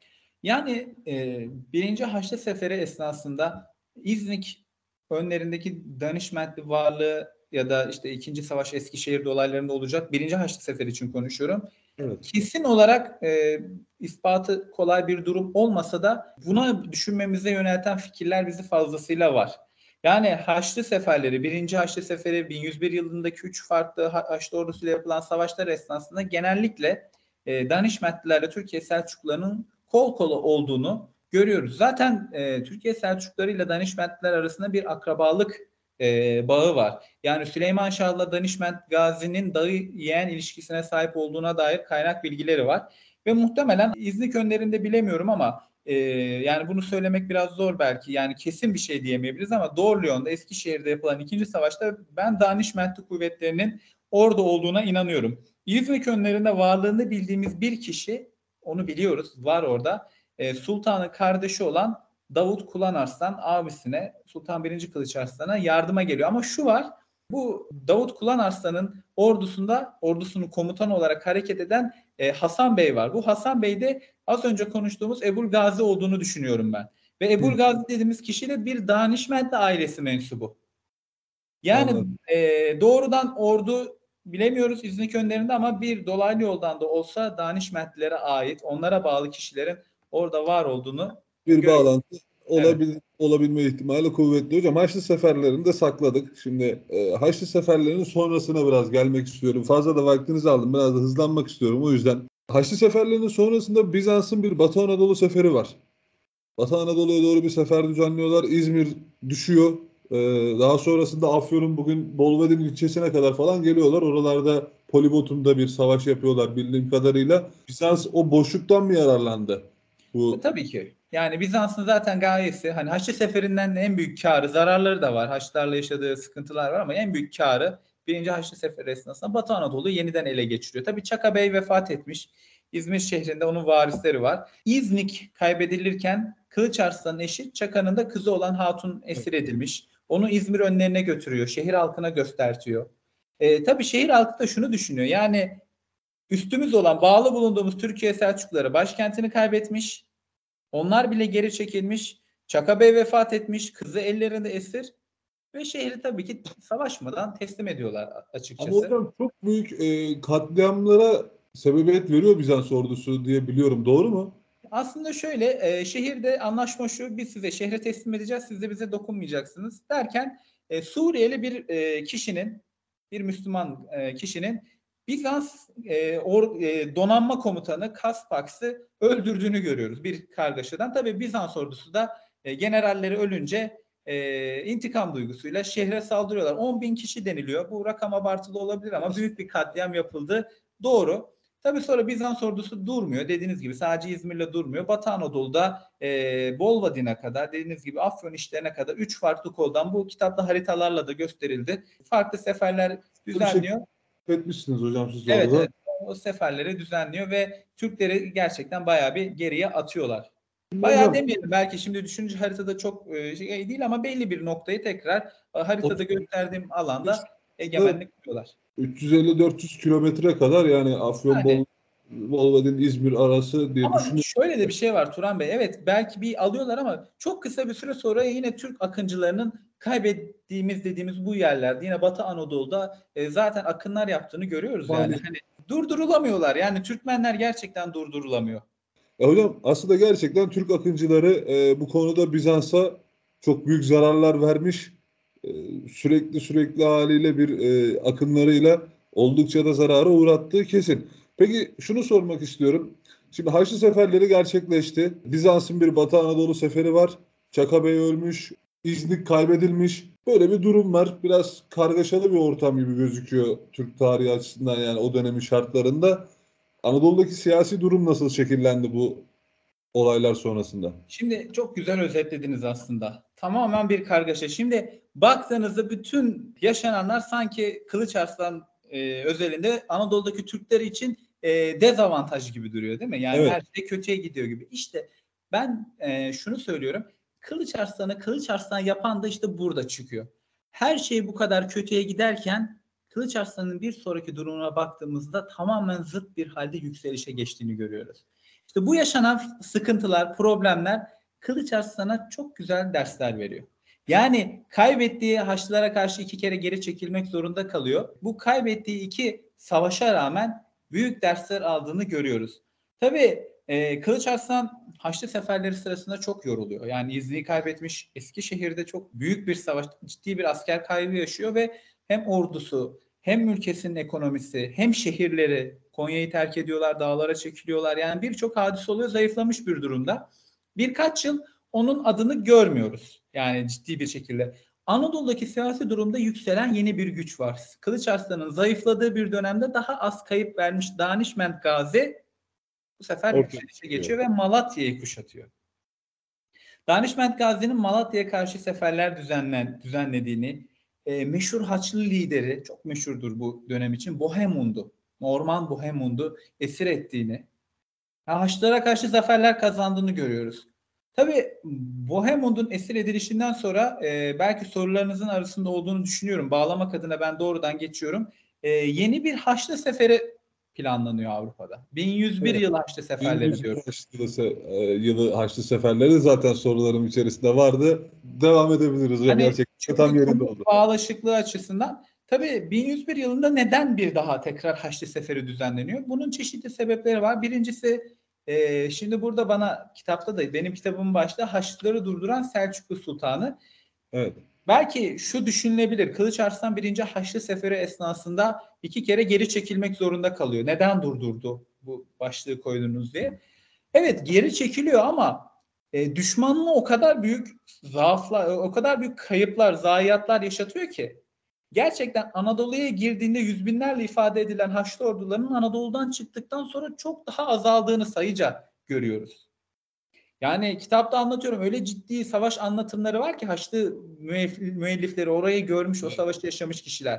Yani birinci Haçlı Seferi esnasında İznik önlerindeki Danişmentli varlığı ya da işte ikinci Savaş Eskişehir'de olaylarında olacak birinci Haçlı Seferi için konuşuyorum. Evet. Kesin olarak ispatı kolay bir durum olmasa da buna düşünmemize yönelten fikirler bizi fazlasıyla var. Yani Haçlı seferleri, 1. Haçlı Seferi 1101 yılındaki 3 farklı Haçlı ordusuyla yapılan savaşlar esnasında genellikle Danişmentlilerle Türkiye Selçuklularının kol kola olduğunu görüyoruz. Zaten Türkiye Selçukluları ile Danişmentliler arasında bir akrabalık bağı var. Yani Süleyman Şah'la Danişment Gazi'nin dağı yeğen ilişkisine sahip olduğuna dair kaynak bilgileri var. Ve muhtemelen İznik önlerinde bilemiyorum ama yani bunu söylemek biraz zor belki. Yani kesin bir şey diyemeyebiliriz ama Doğu Lyon'da Eskişehir'de yapılan 2. savaşta ben Danişmentli kuvvetlerinin orada olduğuna inanıyorum. İznik önlerinde varlığını bildiğimiz bir kişi, onu biliyoruz, var orada. Sultan'ın kardeşi olan Davut Kulanarslan abisine, Sultan 1. Kılıç Arslan'a yardıma geliyor. Ama şu var, bu Davut Kulanarslan'ın ordusunun komutanı olarak hareket eden Hasan Bey var. Bu Hasan Bey de az önce konuştuğumuz Ebul Gazi olduğunu düşünüyorum ben. Ve Ebul Gazi dediğimiz kişi de bir Danişmentli ailesi mensubu. Yani doğrudan ordu bilemiyoruz İznik önlerinde ama bir dolaylı yoldan da olsa Danişmentlilere ait, onlara bağlı kişilerin orada var olduğunu Bir görüyoruz. bağlantı Evet. olabilme ihtimali kuvvetli. Hocam Haçlı seferlerini de sakladık. Şimdi Haçlı seferlerinin sonrasına biraz gelmek istiyorum. Fazla da vaktinizi aldım. Biraz da hızlanmak istiyorum. O yüzden Haçlı seferlerinin sonrasında Bizans'ın bir Batı Anadolu seferi var. Batı Anadolu'ya doğru bir sefer düzenliyorlar. İzmir düşüyor. E, Daha sonrasında Afyon'un bugün Bolvadin ilçesine kadar falan geliyorlar. Oralarda Polibotum'da bir savaş yapıyorlar bildiğim kadarıyla. Bizans o boşluktan mı yararlandı? Bu Tabii ki. Yani Bizans'ın zaten gayesi, hani Haçlı Seferi'nden en büyük karı, zararları da var. Haçlılarla yaşadığı sıkıntılar var ama en büyük karı 1. Haçlı Seferi esnasında Batı Anadolu'yu yeniden ele geçiriyor. Tabii Çaka Bey vefat etmiş. İzmir şehrinde onun varisleri var. İznik kaybedilirken Kılıç Arslan'ın eşi Çaka'nın da kızı olan Hatun esir edilmiş. Onu İzmir önlerine götürüyor. Şehir halkına göstertiyor. Tabii şehir halkı da şunu düşünüyor. Yani üstümüz olan, bağlı bulunduğumuz Türkiye Selçukluları başkentini kaybetmiş. Onlar bile geri çekilmiş. Çaka Bey vefat etmiş. Kızı ellerinde esir. Ve şehri tabii ki savaşmadan teslim ediyorlar Ama açıkçası. hocam çok büyük katliamlara sebebiyet veriyor Bizans ordusu diye biliyorum. Doğru mu? Aslında şöyle, şehirde anlaşma şu: biz size şehre teslim edeceğiz, siz de bize dokunmayacaksınız derken Suriyeli bir kişinin, bir Müslüman kişinin Bizans donanma komutanı Kaspaks'ı öldürdüğünü görüyoruz bir kargaşadan. Tabii Bizans ordusu da generalleri ölünce intikam duygusuyla şehre saldırıyorlar. 10.000 kişi deniliyor. Bu rakam abartılı olabilir ama büyük bir katliam yapıldı. Doğru. Tabii sonra Bizans ordusu durmuyor. Dediğiniz gibi sadece İzmir'le durmuyor. Batı Anadolu'da Bolvadin'e kadar, dediğiniz gibi Afyon işlerine kadar 3 farklı koldan, bu kitapta haritalarla da gösterildi, farklı seferler Bir şekilde düzenliyor. etmişsiniz hocam siz Evet, orada. evet. O seferleri düzenliyor ve Türkleri gerçekten bayağı bir geriye atıyorlar. Şimdi Bayağı hocam demeyelim, belki şimdi düşününce haritada çok şey değil ama belli bir noktayı tekrar haritada gösterdiğim alanda Otobüs'te egemenlik kuruyorlar. 350-400 kilometre kadar yani Afyon Yani Bolvadin İzmir arası diye ama düşünüyorum. şöyle de bir şey var Turan Bey. Evet, belki bir alıyorlar ama çok kısa bir süre sonra yine Türk akıncılarının kaybettiğimiz dediğimiz bu yerlerde, yine Batı Anadolu'da zaten akınlar yaptığını görüyoruz yani. Maalesef. Hani durdurulamıyorlar. Yani Türkmenler gerçekten durdurulamıyor. Hocam aslında gerçekten Türk akıncıları bu konuda Bizans'a çok büyük zararlar vermiş. E, sürekli haliyle bir akınlarıyla oldukça da zarara uğrattığı kesin. Peki şunu sormak istiyorum. Şimdi Haçlı seferleri gerçekleşti. Bizans'ın bir Batı Anadolu seferi var. Çaka Bey ölmüş, İznik kaybedilmiş. Böyle bir durum var. Biraz kargaşalı bir ortam gibi gözüküyor Türk tarihi açısından yani o dönemin şartlarında. Anadolu'daki siyasi durum nasıl şekillendi bu olaylar sonrasında? Şimdi çok güzel özetlediniz aslında. Tamamen bir kargaşa. Şimdi baktığınızda bütün yaşananlar sanki Kılıç Arslan özelinde Anadolu'daki Türkler için dezavantaj gibi duruyor, değil mi? Yani Evet. her şey kötüye gidiyor gibi. İşte ben şunu söylüyorum. Kılıç Arslan'ı Kılıç Arslan yapan da işte burada çıkıyor. Her şey bu kadar kötüye giderken Kılıç Arslan'ın bir sonraki durumuna baktığımızda tamamen zıt bir halde yükselişe geçtiğini görüyoruz. İşte bu yaşanan sıkıntılar, problemler Kılıç Arslan'a çok güzel dersler veriyor. Yani kaybettiği Haçlılara karşı 2 kere geri çekilmek zorunda kalıyor. Bu kaybettiği 2 savaşa rağmen büyük dersler aldığını görüyoruz. Tabii Kılıç Arslan Haçlı seferleri sırasında çok yoruluyor. Yani izni kaybetmiş, Eskişehir'de çok büyük bir savaş, ciddi bir asker kaybı yaşıyor ve hem ordusu, hem ülkesinin ekonomisi, hem şehirleri, Konya'yı terk ediyorlar, dağlara çekiliyorlar. Yani birçok hadise oluyor, zayıflamış bir durumda. Birkaç yıl onun adını görmüyoruz. Yani ciddi bir şekilde. Anadolu'daki siyasi durumda yükselen yeni bir güç var. Kılıç Arslan'ın zayıfladığı bir dönemde daha az kayıp vermiş Danişment Gazi bu sefer Ortaya yükselişe çıkıyor. geçiyor ve Malatya'yı kuşatıyor. Danişment Gazi'nin Malatya'ya karşı seferler düzenlediğini, meşhur Haçlı lideri, çok meşhurdur bu dönem için, Bohemund'u, Norman Bohemund'u esir ettiğini, Haçlılara karşı zaferler kazandığını görüyoruz. Tabii Bohemund'un esir edilişinden sonra belki sorularınızın arasında olduğunu düşünüyorum. Bağlamak adına ben doğrudan geçiyorum. Yeni bir Haçlı seferi planlanıyor Avrupa'da. 1101 Evet. yıl Haçlı seferleri 1100 diyor. yılı Haçlı seferleri zaten sorularım içerisinde vardı. Devam edebiliriz hocam. Hani Gerçekten tam çünkü yerinde konu oldu. bağlaşıklığı açısından tabii 1101 yılında neden bir daha tekrar Haçlı Seferi düzenleniyor? Bunun çeşitli sebepleri var. Birincisi şimdi burada bana kitapta da benim kitabımın başta Haçlıları durduran Selçuklu Sultanı. Evet. Belki şu düşünülebilir. Kılıç Arslan 1. Haçlı Seferi esnasında 2 kere geri çekilmek zorunda kalıyor. Neden durdurdu bu başlığı koydunuz diye. Evet geri çekiliyor ama düşmanlığı o kadar büyük zaaflar, o kadar büyük kayıplar, zayiatlar yaşatıyor ki gerçekten Anadolu'ya girdiğinde yüz binlerle ifade edilen Haçlı ordularının Anadolu'dan çıktıktan sonra çok daha azaldığını sayıca görüyoruz. Yani kitapta anlatıyorum öyle ciddi savaş anlatımları var ki Haçlı müellifleri orayı görmüş, o Evet. savaşı yaşamış kişiler.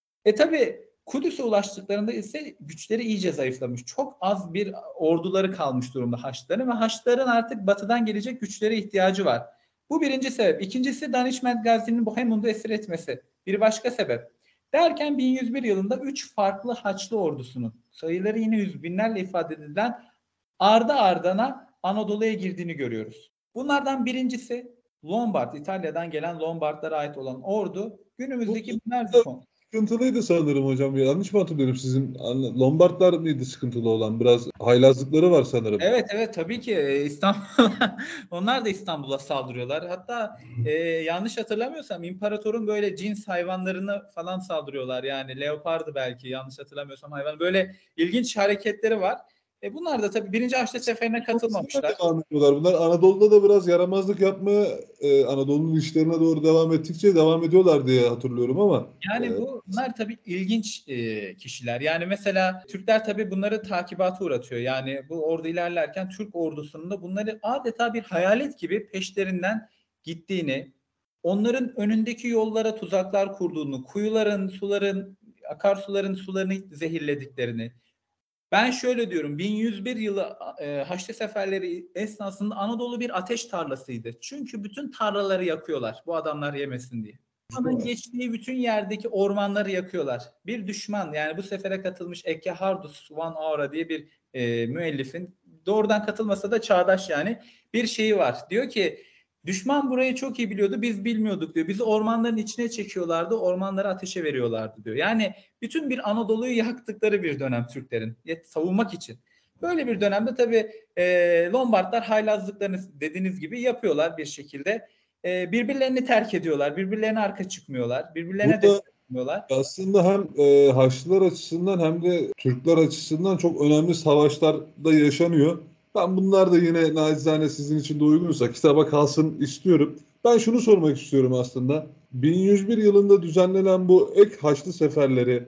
Tabii Kudüs'e ulaştıklarında ise güçleri iyice zayıflamış. Çok az bir orduları kalmış durumda Haçlıların ve Haçlıların artık batıdan gelecek güçlere ihtiyacı var. Bu birinci sebep. İkincisi Danişment Gazi'nin Bohemund'u esir etmesi. Bir başka sebep. Derken 1101 yılında 3 farklı Haçlı ordusunun sayıları yine yüz binlerle ifade edilen ardı ardına Anadolu'ya girdiğini görüyoruz. Bunlardan birincisi Lombard, İtalya'dan gelen Lombardlara ait olan ordu Bu günümüzdeki binlerce sıkıntılıydı sanırım hocam. Yanlış mı hatırlıyorum sizin? Lombardlar mıydı sıkıntılı olan? Biraz haylazlıkları var sanırım. Evet evet tabii ki İstanbul onlar da İstanbul'a saldırıyorlar. Hatta yanlış hatırlamıyorsam imparatorun böyle cins hayvanlarını falan saldırıyorlar. Yani leopardı belki yanlış hatırlamıyorsam hayvan. Böyle ilginç hareketleri var. Bunlar da tabii birinci Haçlı Seferi'ne Sonrasında katılmamışlar. devam ediyorlar. Bunlar Anadolu'da da biraz yaramazlık yapmaya, Anadolu'nun işlerine doğru devam ettikçe devam ediyorlar diye hatırlıyorum ama Yani bunlar tabii ilginç kişiler. Yani mesela Türkler tabii bunları takibata uğratıyor. Yani bu ordu ilerlerken Türk ordusunun da bunları adeta bir hayalet gibi peşlerinden gittiğini, onların önündeki yollara tuzaklar kurduğunu, kuyuların, suların, akarsuların sularını zehirlediklerini. Ben şöyle diyorum, 1101 yılı Haçlı Seferleri esnasında Anadolu bir ateş tarlasıydı. Çünkü bütün tarlaları yakıyorlar bu adamlar yemesin diye. Düşmanın geçtiği bütün yerdeki ormanları yakıyorlar. Bir düşman yani bu sefere katılmış Ekkehardus Van Aura diye bir müellifin doğrudan katılmasa da çağdaş yani bir şeyi var. Diyor ki düşman burayı çok iyi biliyordu biz bilmiyorduk diyor. Bizi ormanların içine çekiyorlardı ormanları ateşe veriyorlardı diyor. Yani bütün bir Anadolu'yu yaktıkları bir dönem Türklerin savunmak için. Böyle bir dönemde tabii Lombardlar haylazlıklarını dediğiniz gibi yapıyorlar bir şekilde. Birbirlerini terk ediyorlar. Birbirlerine arka çıkmıyorlar. Birbirlerine burada destek olmuyorlar. aslında hem Haçlılar açısından hem de Türkler açısından çok önemli savaşlar da yaşanıyor. Ben bunlar da yine nacizane sizin için de uygunsa kitaba kalsın istiyorum. Ben şunu sormak istiyorum aslında. 1101 yılında düzenlenen bu ek Haçlı seferleri,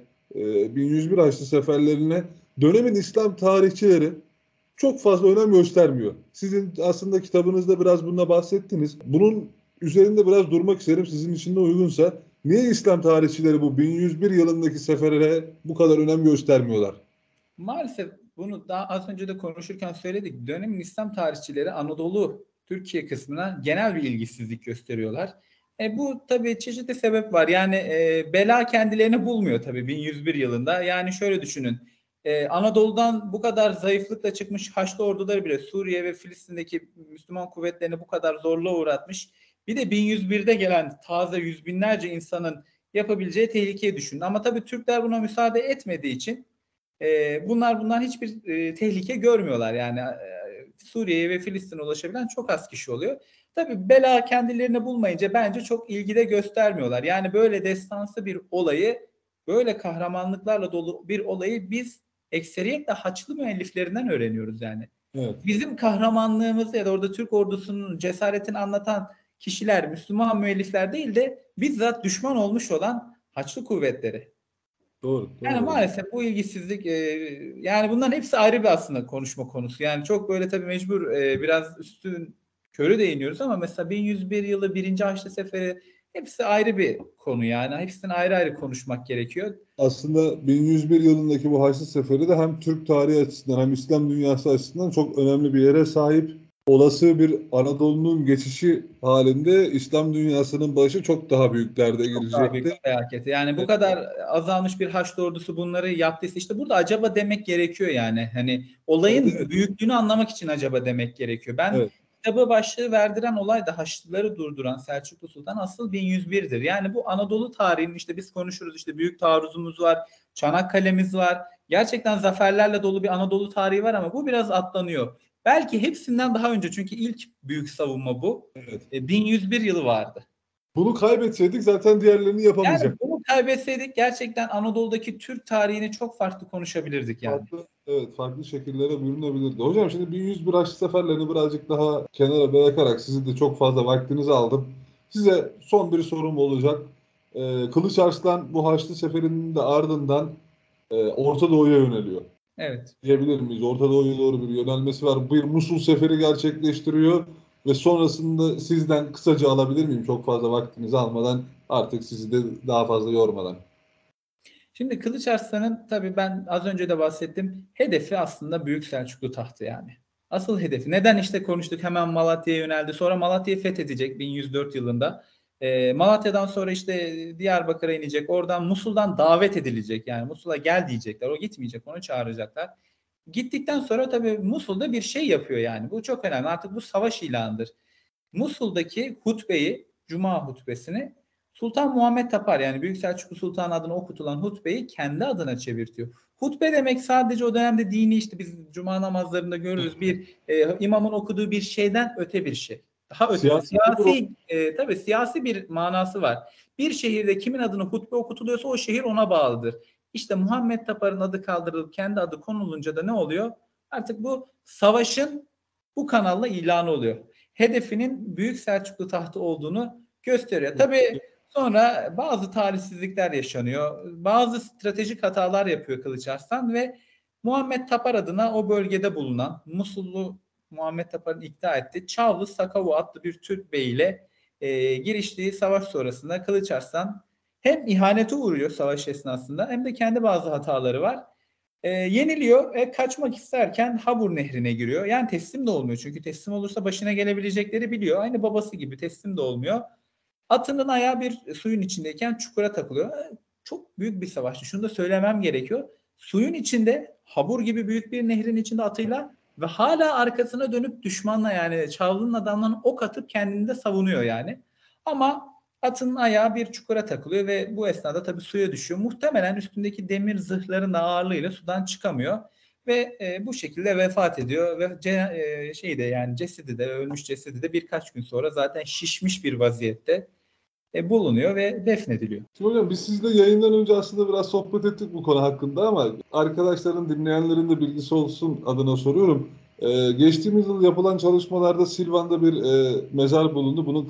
1101 Haçlı seferlerine dönemin İslam tarihçileri çok fazla önem göstermiyor. Sizin aslında kitabınızda biraz bununla bahsettiniz. Bunun üzerinde biraz durmak isterim sizin için de uygunsa. Niye İslam tarihçileri bu 1101 yılındaki seferlere bu kadar önem göstermiyorlar? Maalesef bunu daha az önce de konuşurken söyledik. Dönemin İslam tarihçileri Anadolu, Türkiye kısmına genel bir ilgisizlik gösteriyorlar. Bu tabii çeşitli sebep var. Yani bela kendilerini bulmuyor tabii 1101 yılında. Yani şöyle düşünün. Anadolu'dan bu kadar zayıflıkla çıkmış Haçlı orduları bile Suriye ve Filistin'deki Müslüman kuvvetlerini bu kadar zorluğa uğratmış. Bir de 1101'de gelen taze yüz binlerce insanın yapabileceği tehlikeyi düşünün. Ama tabii Türkler buna müsaade etmediği için bunlar bundan hiçbir tehlike görmüyorlar. Yani Suriye'ye ve Filistin'e ulaşabilen çok az kişi oluyor. Tabii bela kendilerini bulmayınca bence çok ilgide göstermiyorlar. Yani böyle destansı bir olayı, böyle kahramanlıklarla dolu bir olayı biz ekseriyetle Haçlı müelliflerinden öğreniyoruz yani. Evet. Bizim kahramanlığımızı ya da orada Türk ordusunun cesaretini anlatan kişiler Müslüman müellifler değil de bizzat düşman olmuş olan Haçlı kuvvetleri. Doğru. Yani Doğru. maalesef bu ilgisizlik yani bunların hepsi ayrı bir aslında konuşma konusu. Yani çok böyle tabii mecbur biraz üstün körü değiniyoruz ama mesela 1101 yılı 1. Haçlı Seferi hepsi ayrı bir konu yani. Hepsini ayrı ayrı konuşmak gerekiyor. Aslında 1101 yılındaki bu Haçlı Seferi de hem Türk tarihi açısından hem İslam dünyası açısından çok önemli bir yere sahip. Olası bir Anadolu'nun geçişi halinde İslam dünyasının başı çok daha büyük derde Çok daha büyük girecekti. bir felaketi. Yani bu kadar azalmış bir Haçlı ordusu bunları yaptıysa işte burada acaba demek gerekiyor yani. Hani Evet, olayın evet. büyüklüğünü anlamak için acaba demek gerekiyor. Ben Evet. kitabı başlığı verdiren olay da Haçlıları durduran Selçuklu Sultan asıl 1101'dir. Yani bu Anadolu tarihinin işte biz konuşuruz işte Büyük Taarruzumuz var, Çanakkale'miz var. Gerçekten zaferlerle dolu bir Anadolu tarihi var ama bu biraz atlanıyor. Belki hepsinden daha önce çünkü ilk büyük savunma bu. Evet. 1101 yılı vardı. Bunu kaybetseydik zaten diğerlerini Yani yapamayacaktık. bunu kaybetseydik gerçekten Anadolu'daki Türk tarihini çok farklı konuşabilirdik yani. Farklı, evet, farklı şekillere bürünebilirdi. Hocam şimdi 1101 Haçlı seferlerini birazcık daha kenara bırakarak sizin de çok fazla vaktinizi aldım. Size son bir sorum olacak. Kılıç Arslan bu Haçlı seferinin de ardından Orta Doğu'ya yöneliyor. Evet. Diyebilir miyiz? Orta Doğu'ya doğru bir yönelmesi var. Bir Musul seferi gerçekleştiriyor ve sonrasında sizden kısaca alabilir miyim? Çok fazla vaktinizi almadan artık sizi de daha fazla yormadan. Şimdi Kılıç Arslan'ın tabii ben az önce de bahsettim. Hedefi aslında Büyük Selçuklu tahtı yani. Asıl hedefi. Neden işte konuştuk hemen Malatya'ya yöneldi. Sonra Malatya'yı fethedecek 1104 yılında. Malatya'dan sonra işte Diyarbakır'a inecek. Oradan Musul'dan davet edilecek. Yani Musul'a gel diyecekler. O gitmeyecek. Onu çağıracaklar. Gittikten sonra tabii Musul'da bir şey yapıyor yani. Bu çok önemli. Artık bu savaş ilanıdır. Musul'daki hutbeyi, Cuma hutbesini Sultan Muhammed Tapar yani Büyük Selçuklu Sultan adına okutulan hutbeyi kendi adına çevirtiyor. Hutbe demek sadece o dönemde dini işte biz cuma namazlarında görürüz bir imamın okuduğu bir şeyden öte bir şey. Daha ötesi Siyasi bir durum. siyasi tabii siyasi bir manası var. Bir şehirde kimin adına hutbe okutuluyorsa o şehir ona bağlıdır. İşte Muhammed Tapar'ın adı kaldırılıp kendi adı konulunca da ne oluyor? Artık bu savaşın bu kanalla ilanı oluyor. Hedefinin Büyük Selçuklu tahtı olduğunu gösteriyor. Tabii sonra bazı talihsizlikler yaşanıyor. Bazı stratejik hatalar yapıyor Kılıç Arslan ve Muhammed Tapar adına o bölgede bulunan Musullu Muhammed Tapar'ın ikna ettiği Çavlı Sakavu adlı bir Türk beyiyle giriştiği savaş sonrasında Kılıç Arslan hem ihanete uğruyor savaş esnasında hem de kendi bazı hataları var. Yeniliyor. Kaçmak isterken Habur Nehri'ne giriyor. Yani teslim de olmuyor. Çünkü teslim olursa başına gelebilecekleri biliyor. Aynı babası gibi teslim de olmuyor. Atının ayağı bir suyun içindeyken çukura takılıyor. Çok büyük bir savaştı. Şunu da söylemem gerekiyor. Suyun içinde Habur gibi büyük bir nehrin içinde atıyla ve hala arkasına dönüp düşmanla yani Çavlu'nun adamlarına ok atıp kendini de savunuyor yani. Ama atın ayağı bir çukura takılıyor ve bu esnada tabii suya düşüyor. Muhtemelen üstündeki demir zırhların ağırlığıyla sudan çıkamıyor ve bu şekilde vefat ediyor ve şeyde yani cesedi de ölmüş cesedi de birkaç gün sonra zaten şişmiş bir vaziyette bulunuyor ve defnediliyor. Şimdi hocam biz sizle yayından önce aslında biraz sohbet ettik bu konu hakkında ama arkadaşların, dinleyenlerin de bilgisi olsun adına soruyorum. Geçtiğimiz yıl yapılan çalışmalarda Silvan'da bir mezar bulundu. Bunun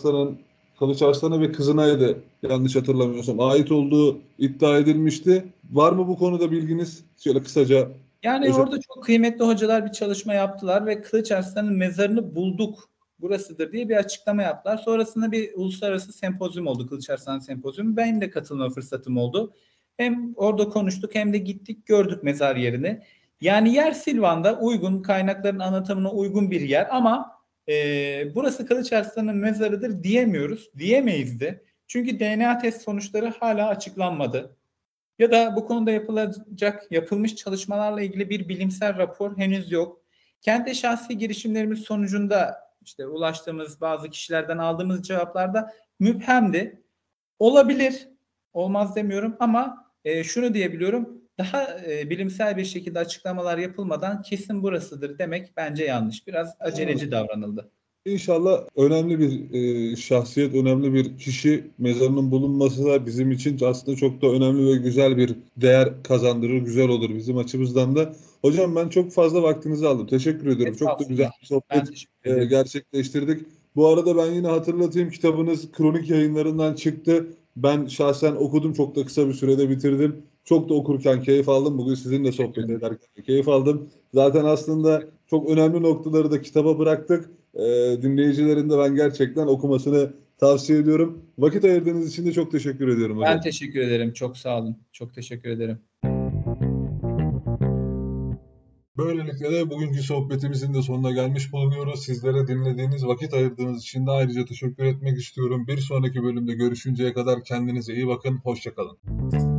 Kılıç Arslan'a ve kızınaydı yanlış hatırlamıyorsam ait olduğu iddia edilmişti. Var mı bu konuda bilginiz? Şöyle kısaca Yani özet. orada çok kıymetli hocalar bir çalışma yaptılar ve Kılıç Arslan'ın mezarını bulduk burasıdır diye bir açıklama yaptılar. Sonrasında bir uluslararası sempozyum oldu. Kılıç Arslan sempozyumu. Benim de katılma fırsatım oldu. Hem orada konuştuk hem de gittik gördük mezar yerini. Yani yer Silvan'da uygun, kaynakların anlatımına uygun bir yer ama burası Kılıç Arslan'ın mezarıdır diyemiyoruz. Diyemeyiz de. Çünkü DNA test sonuçları hala açıklanmadı. Ya da bu konuda yapılmış çalışmalarla ilgili bir bilimsel rapor henüz yok. Kendi şahsi girişimlerimiz sonucunda işte ulaştığımız bazı kişilerden aldığımız cevaplarda müphemdi. Olabilir, olmaz demiyorum ama şunu diyebiliyorum. daha bilimsel bir şekilde açıklamalar yapılmadan kesin burasıdır demek bence yanlış. Biraz Yani aceleci davranıldı. İnşallah önemli bir şahsiyet, önemli bir kişi mezarının bulunması da bizim için aslında çok da önemli ve güzel bir değer kazandırır, güzel olur bizim açımızdan da. Hocam ben çok fazla vaktinizi aldım. Teşekkür ediyorum. Çok da güzel Estağfurullah. bir Ben sohbet teşekkür ederim. gerçekleştirdik. Bu arada ben yine hatırlatayım, kitabınız Kronik Yayınlarından çıktı. Ben şahsen okudum, çok da kısa bir sürede bitirdim. Çok da okurken keyif aldım. Bugün sizinle Teşekkür sohbet ederim. ederken de keyif aldım. Zaten aslında çok önemli noktaları da kitaba bıraktık. Dinleyicilerin de ben gerçekten okumasını tavsiye ediyorum. Vakit ayırdığınız için de çok teşekkür ediyorum Ben hocam. teşekkür ederim. Çok sağ olun. Çok teşekkür ederim. Böylelikle de bugünkü sohbetimizin de sonuna gelmiş bulunuyoruz. Sizlere dinlediğiniz, vakit ayırdığınız için de ayrıca teşekkür etmek istiyorum. Bir sonraki bölümde görüşünceye kadar kendinize iyi bakın. Hoşça kalın.